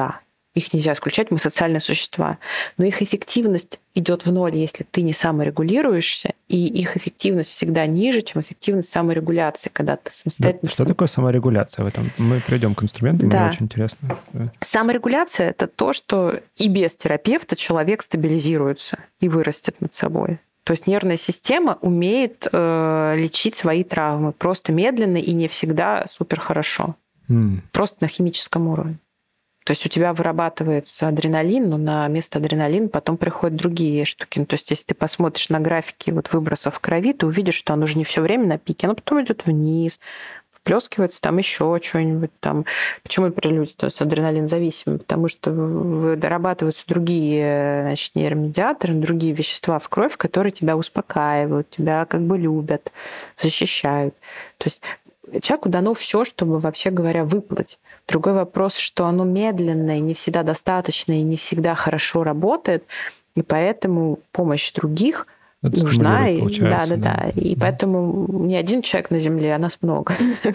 Их нельзя исключать, мы социальные существа. Но их эффективность идет в ноль, если ты не саморегулируешься, и их эффективность всегда ниже, чем эффективность саморегуляции, когда ты самостоятельно... Да, что такое саморегуляция в этом? Мы придем к инструментам, да. мне очень интересно. Да. Саморегуляция — это то, что и без терапевта человек стабилизируется и вырастет над собой. То есть нервная система умеет э, лечить свои травмы просто медленно и не всегда супер хорошо. Mm. Просто на химическом уровне. То есть у тебя вырабатывается адреналин, но на место адреналина потом приходят другие штуки. Ну, то есть если ты посмотришь на графики вот выбросов в крови, ты увидишь, что оно же не все время на пике, оно потом идет вниз, вплескивается там еще что-нибудь там. Почему, например, люди то есть адреналин зависимы? Потому что дорабатываются другие, значит, нейромедиаторы, другие вещества в кровь, которые тебя успокаивают, тебя как бы любят, защищают. То есть человеку дано все, чтобы, вообще говоря, выплыть. Другой вопрос, что оно медленное, не всегда достаточно и не всегда хорошо работает, и поэтому помощь других это нужна. И, да, да, да, да. И да. Поэтому не один человек на Земле, а нас много.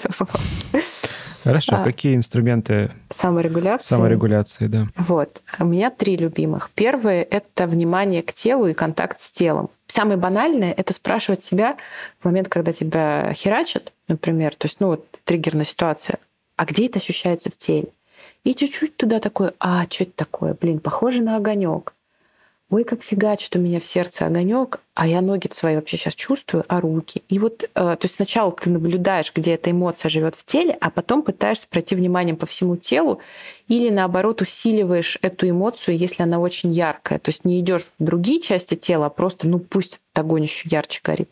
Хорошо. А какие инструменты саморегуляции? Саморегуляции, да. Вот. У меня три любимых. Первое — это внимание к телу и контакт с телом. Самое банальное — это спрашивать себя в момент, когда тебя херачат, например, то есть, ну, вот триггерная ситуация, а где это ощущается в теле? И чуть-чуть туда такое, а, что это такое? Блин, похоже на огонек. Ой, как фигачит у меня в сердце огонек, а я ноги свои вообще сейчас чувствую, а руки. И вот, э, то есть сначала ты наблюдаешь, где эта эмоция живет в теле, а потом пытаешься пройти вниманием по всему телу, или наоборот усиливаешь эту эмоцию, если она очень яркая. То есть не идешь в другие части тела, а просто, ну пусть огонь еще ярче горит.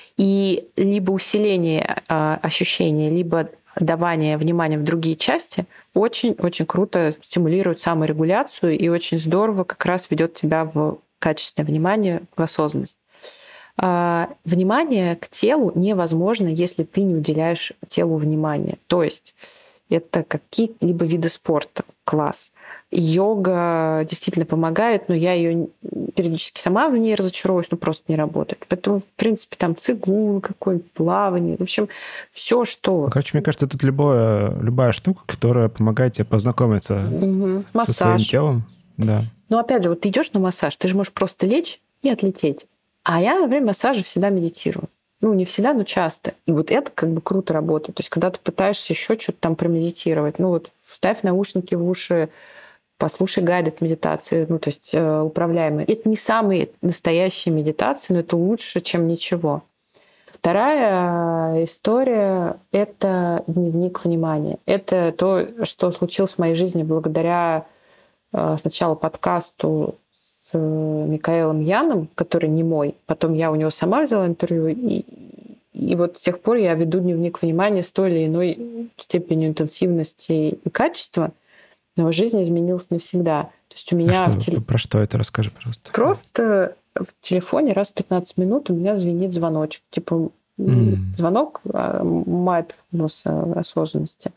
И либо усиление э, ощущения, либо давание внимания в другие части очень-очень круто стимулирует саморегуляцию и очень здорово как раз ведет тебя в качественное внимание, в осознанность. Внимание к телу невозможно, если ты не уделяешь телу внимания. То есть это какие-либо виды спорта, класс. Йога действительно помогает, но я ее периодически сама в ней разочаровываюсь, но просто не работает. Поэтому, в принципе, там цигун, какое-нибудь плавание, в общем, все что... Короче, мне кажется, тут любое, любая штука, которая помогает тебе познакомиться угу. со Массаж. своим телом. Да. Но опять же, вот ты идешь на массаж, ты же можешь просто лечь и отлететь. А я во время массажа всегда медитирую. Ну, не всегда, но часто. И вот это как бы круто работает. То есть, когда ты пытаешься еще что-то там промедитировать, ну вот вставь наушники в уши, послушай гайд медитации, ну, то есть э, управляемые. Это не самые настоящие медитации, но это лучше, чем ничего. Вторая история — это дневник внимания. Это то, что случилось в моей жизни благодаря э, сначала подкасту с Микаэлом Яном, который не мой. Потом я у него сама взяла интервью, и, и вот с тех пор я веду дневник внимания с той или иной степенью интенсивности и качества, но жизнь изменилась навсегда. То есть у меня... А что, в теле... Про что это? Расскажи, пожалуйста. Просто в телефоне раз в пятнадцать минут у меня звенит звоночек. Типа mm. звонок mindfulness, осознанности.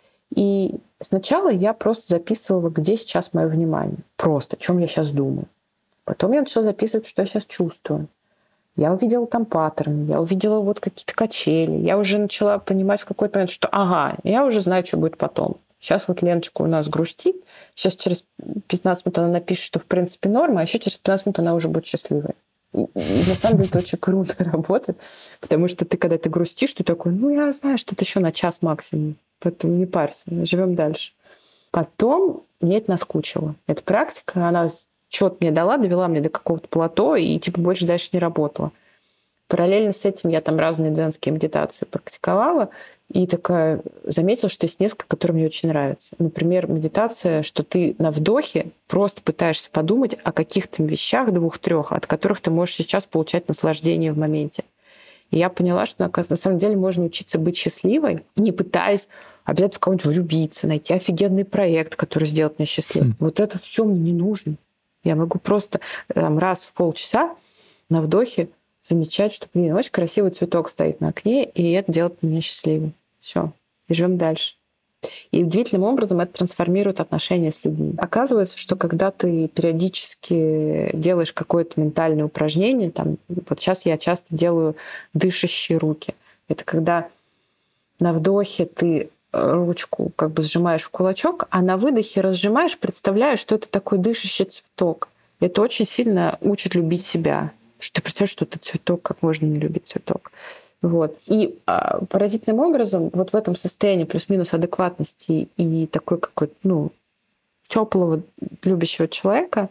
И сначала я просто записывала, где сейчас мое внимание. Просто, о чем я сейчас думаю. Потом я начала записывать, что я сейчас чувствую. Я увидела там паттерны, я увидела вот какие-то качели. Я уже начала понимать в какой-то момент, что ага, я уже знаю, что будет потом. Сейчас вот Леночка у нас грустит, сейчас через пятнадцать минут она напишет, что в принципе норма, а еще через пятнадцать минут она уже будет счастливой. И, и на самом деле это очень круто работает, потому что ты, когда ты грустишь, ты такой, ну я знаю, что это еще на час максимум, поэтому не парься, живем дальше. Потом мне это наскучило. Эта практика, она что-то мне дала, довела меня до какого-то плато и типа больше дальше не работала. Параллельно с этим я там разные дзенские медитации практиковала и такая заметила, что есть несколько, которые мне очень нравятся. Например, медитация, что ты на вдохе просто пытаешься подумать о каких-то вещах двух-трех, от которых ты можешь сейчас получать наслаждение в моменте. И я поняла, что на самом деле можно учиться быть счастливой, не пытаясь обязательно в кого-нибудь влюбиться, найти офигенный проект, который сделает меня счастливым. Mm. Вот это все мне не нужно. Я могу просто там, раз в полчаса на вдохе замечать, что, блин, очень красивый цветок стоит на окне, и это делает меня счастливым. Все. И живем дальше. И удивительным образом это трансформирует отношения с людьми. Оказывается, что когда ты периодически делаешь какое-то ментальное упражнение, там, вот сейчас я часто делаю дышащие руки. Это когда на вдохе ты ручку как бы сжимаешь в кулачок, а на выдохе разжимаешь, представляешь, что это такой дышащий цветок. Это очень сильно учит любить себя. Что ты представляешь, что это цветок, как можно не любить цветок. Вот. И а, поразительным образом вот в этом состоянии плюс-минус адекватности и такой какой-то, ну, теплого, любящего человека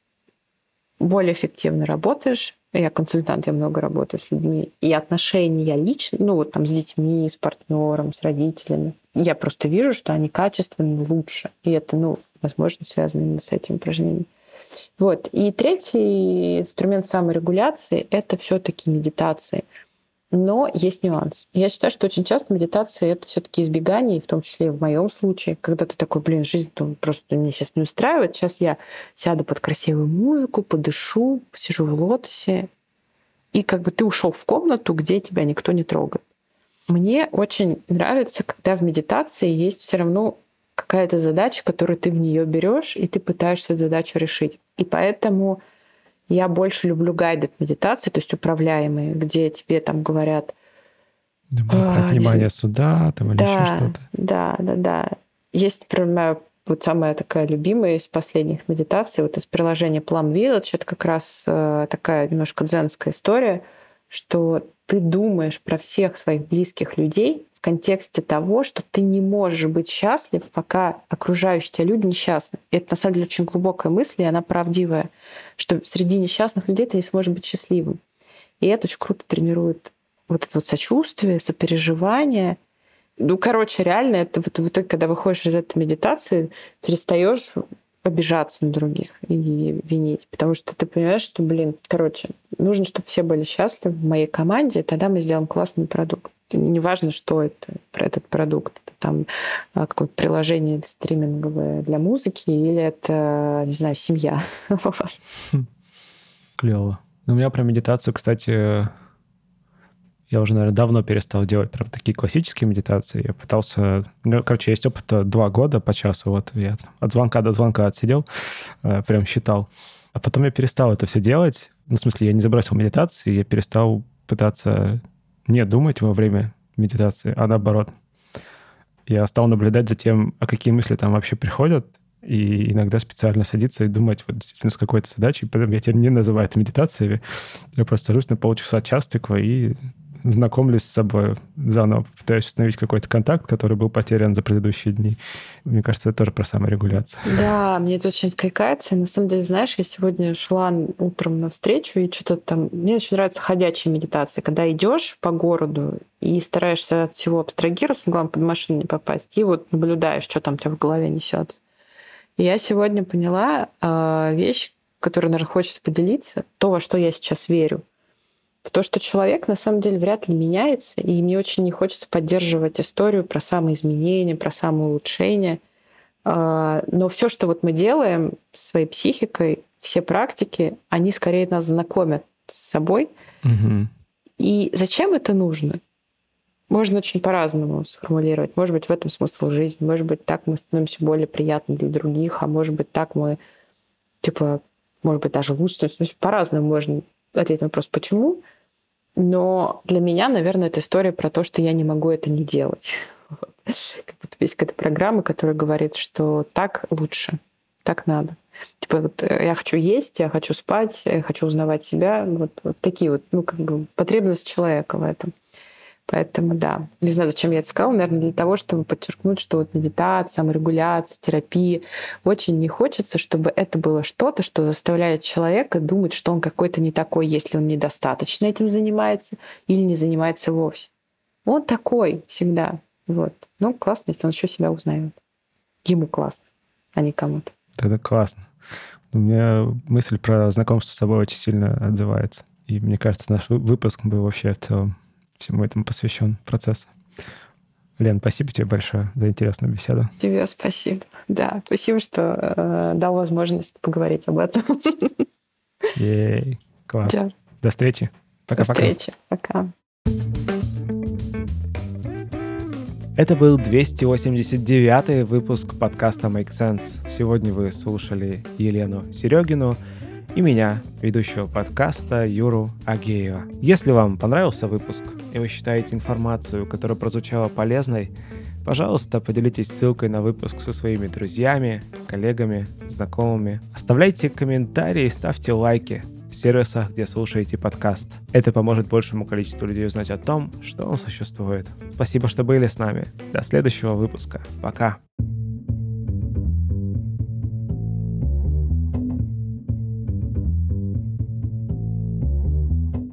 более эффективно работаешь. Я консультант, я много работаю с людьми. И отношения лично, ну вот там с детьми, с партнером, с родителями. Я просто вижу, что они качественно лучше. И это, ну, возможно, связано именно с этим упражнением. Вот. И третий инструмент саморегуляции — это все-таки медитации. Но есть нюанс. Я считаю, что очень часто медитация — это все-таки избегание, в том числе и в моем случае, когда ты такой, блин, жизнь просто меня сейчас не устраивает, сейчас я сяду под красивую музыку, подышу, посижу в лотосе, и как бы ты ушел в комнату, где тебя никто не трогает. Мне очень нравится, когда в медитации есть все равно какая-то задача, которую ты в нее берешь, и ты пытаешься эту задачу решить. И поэтому я больше люблю guided медитации, то есть управляемые, где тебе там говорят... Направь внимание сюда, там, или да, еще что-то. Да, да, да. Есть, например, вот самая такая любимая из последних медитаций, вот из приложения Plum Village, это как раз э, такая немножко дзенская история, что ты думаешь про всех своих близких людей в контексте того, что ты не можешь быть счастлив, пока окружающие тебя люди несчастны. И это на самом деле очень глубокая мысль, и она правдивая, что среди несчастных людей ты не сможешь быть счастливым. И это очень круто тренирует вот это вот сочувствие, сопереживание. Ну, короче, реально, это вот в итоге, когда выходишь из этой медитации, перестаешь обижаться на других и винить. Потому что ты понимаешь, что, блин, короче, нужно, чтобы все были счастливы в моей команде, и тогда мы сделаем классный продукт. Неважно, что это, про этот продукт. Это там какое-то приложение стриминговое для музыки, или это, не знаю, семья. Клево. У меня про медитацию, кстати, я уже, наверное, давно перестал делать прям такие классические медитации. Я пытался... Ну, короче, есть опыт два года по часу. Вот я от звонка до звонка отсидел, прям считал. А потом я перестал это все делать. Ну, в смысле, я не забросил медитации, я перестал пытаться не думать во время медитации, а наоборот. Я стал наблюдать за тем, а какие мысли там вообще приходят, и иногда специально садиться и думать вот действительно с какой-то задачей. Потом я теперь не называю это медитацией. Я просто сажусь на полчаса частика и знакомлюсь с собой заново, пытаюсь установить какой-то контакт, который был потерян за предыдущие дни. Мне кажется, это тоже про саморегуляцию. Да, мне это очень откликается. На самом деле, знаешь, я сегодня шла утром навстречу, и что-то там... Мне очень нравятся ходячие медитации, когда идешь по городу и стараешься от всего абстрагироваться, главное, под машину не попасть, и вот наблюдаешь, что там у тебя в голове несется. И я сегодня поняла э, вещь, которой, наверное, хочется поделиться, то, во что я сейчас верю. В то, что человек на самом деле вряд ли меняется, и мне очень не хочется поддерживать историю про самоизменение, про самоулучшение. Но все, что вот мы делаем с своей психикой, все практики, они скорее нас знакомят с собой. Угу. И зачем это нужно? Можно очень по-разному сформулировать. Может быть, в этом смысл жизни. Может быть, так мы становимся более приятны для других, а может быть, так мы, типа, может быть, даже лучше. То есть по-разному можно ответить на вопрос, почему. Но для меня, наверное, это история про то, что я не могу это не делать. Как будто есть какая-то программа, которая говорит, что так лучше, так надо. Типа вот я хочу есть, я хочу спать, я хочу узнавать себя. Вот, вот такие вот, ну, как бы потребность человека в этом. Поэтому да. Не знаю, зачем я это сказала. Наверное, для того, чтобы подчеркнуть, что вот медитация, саморегуляция, терапия. Очень не хочется, чтобы это было что-то, что заставляет человека думать, что он какой-то не такой, если он недостаточно этим занимается или не занимается вовсе. Он такой всегда. Вот. Ну, классно, если он еще себя узнает. Ему классно, а не кому-то. Это классно. У меня мысль про знакомство с собой очень сильно отзывается. И мне кажется, наш выпуск был вообще в целом всему этому посвящен процессу. Лен, спасибо тебе большое за интересную беседу. Тебе спасибо. Да, спасибо, что э, дал возможность поговорить об этом. Ей, класс. Да. До встречи. Пока-пока. До встречи. Пока. Это был двести восемьдесят девятый выпуск подкаста Make Sense. Сегодня вы слушали Елену Серегину и меня, ведущего подкаста Юру Агеева. Если вам понравился выпуск и вы считаете информацию, которая прозвучала полезной, Пожалуйста, поделитесь ссылкой на выпуск со своими друзьями, коллегами, знакомыми. Оставляйте комментарии, ставьте лайки в сервисах, где слушаете подкаст. Это поможет большему количеству людей узнать о том, что он существует. Спасибо, что были с нами. До следующего выпуска. Пока.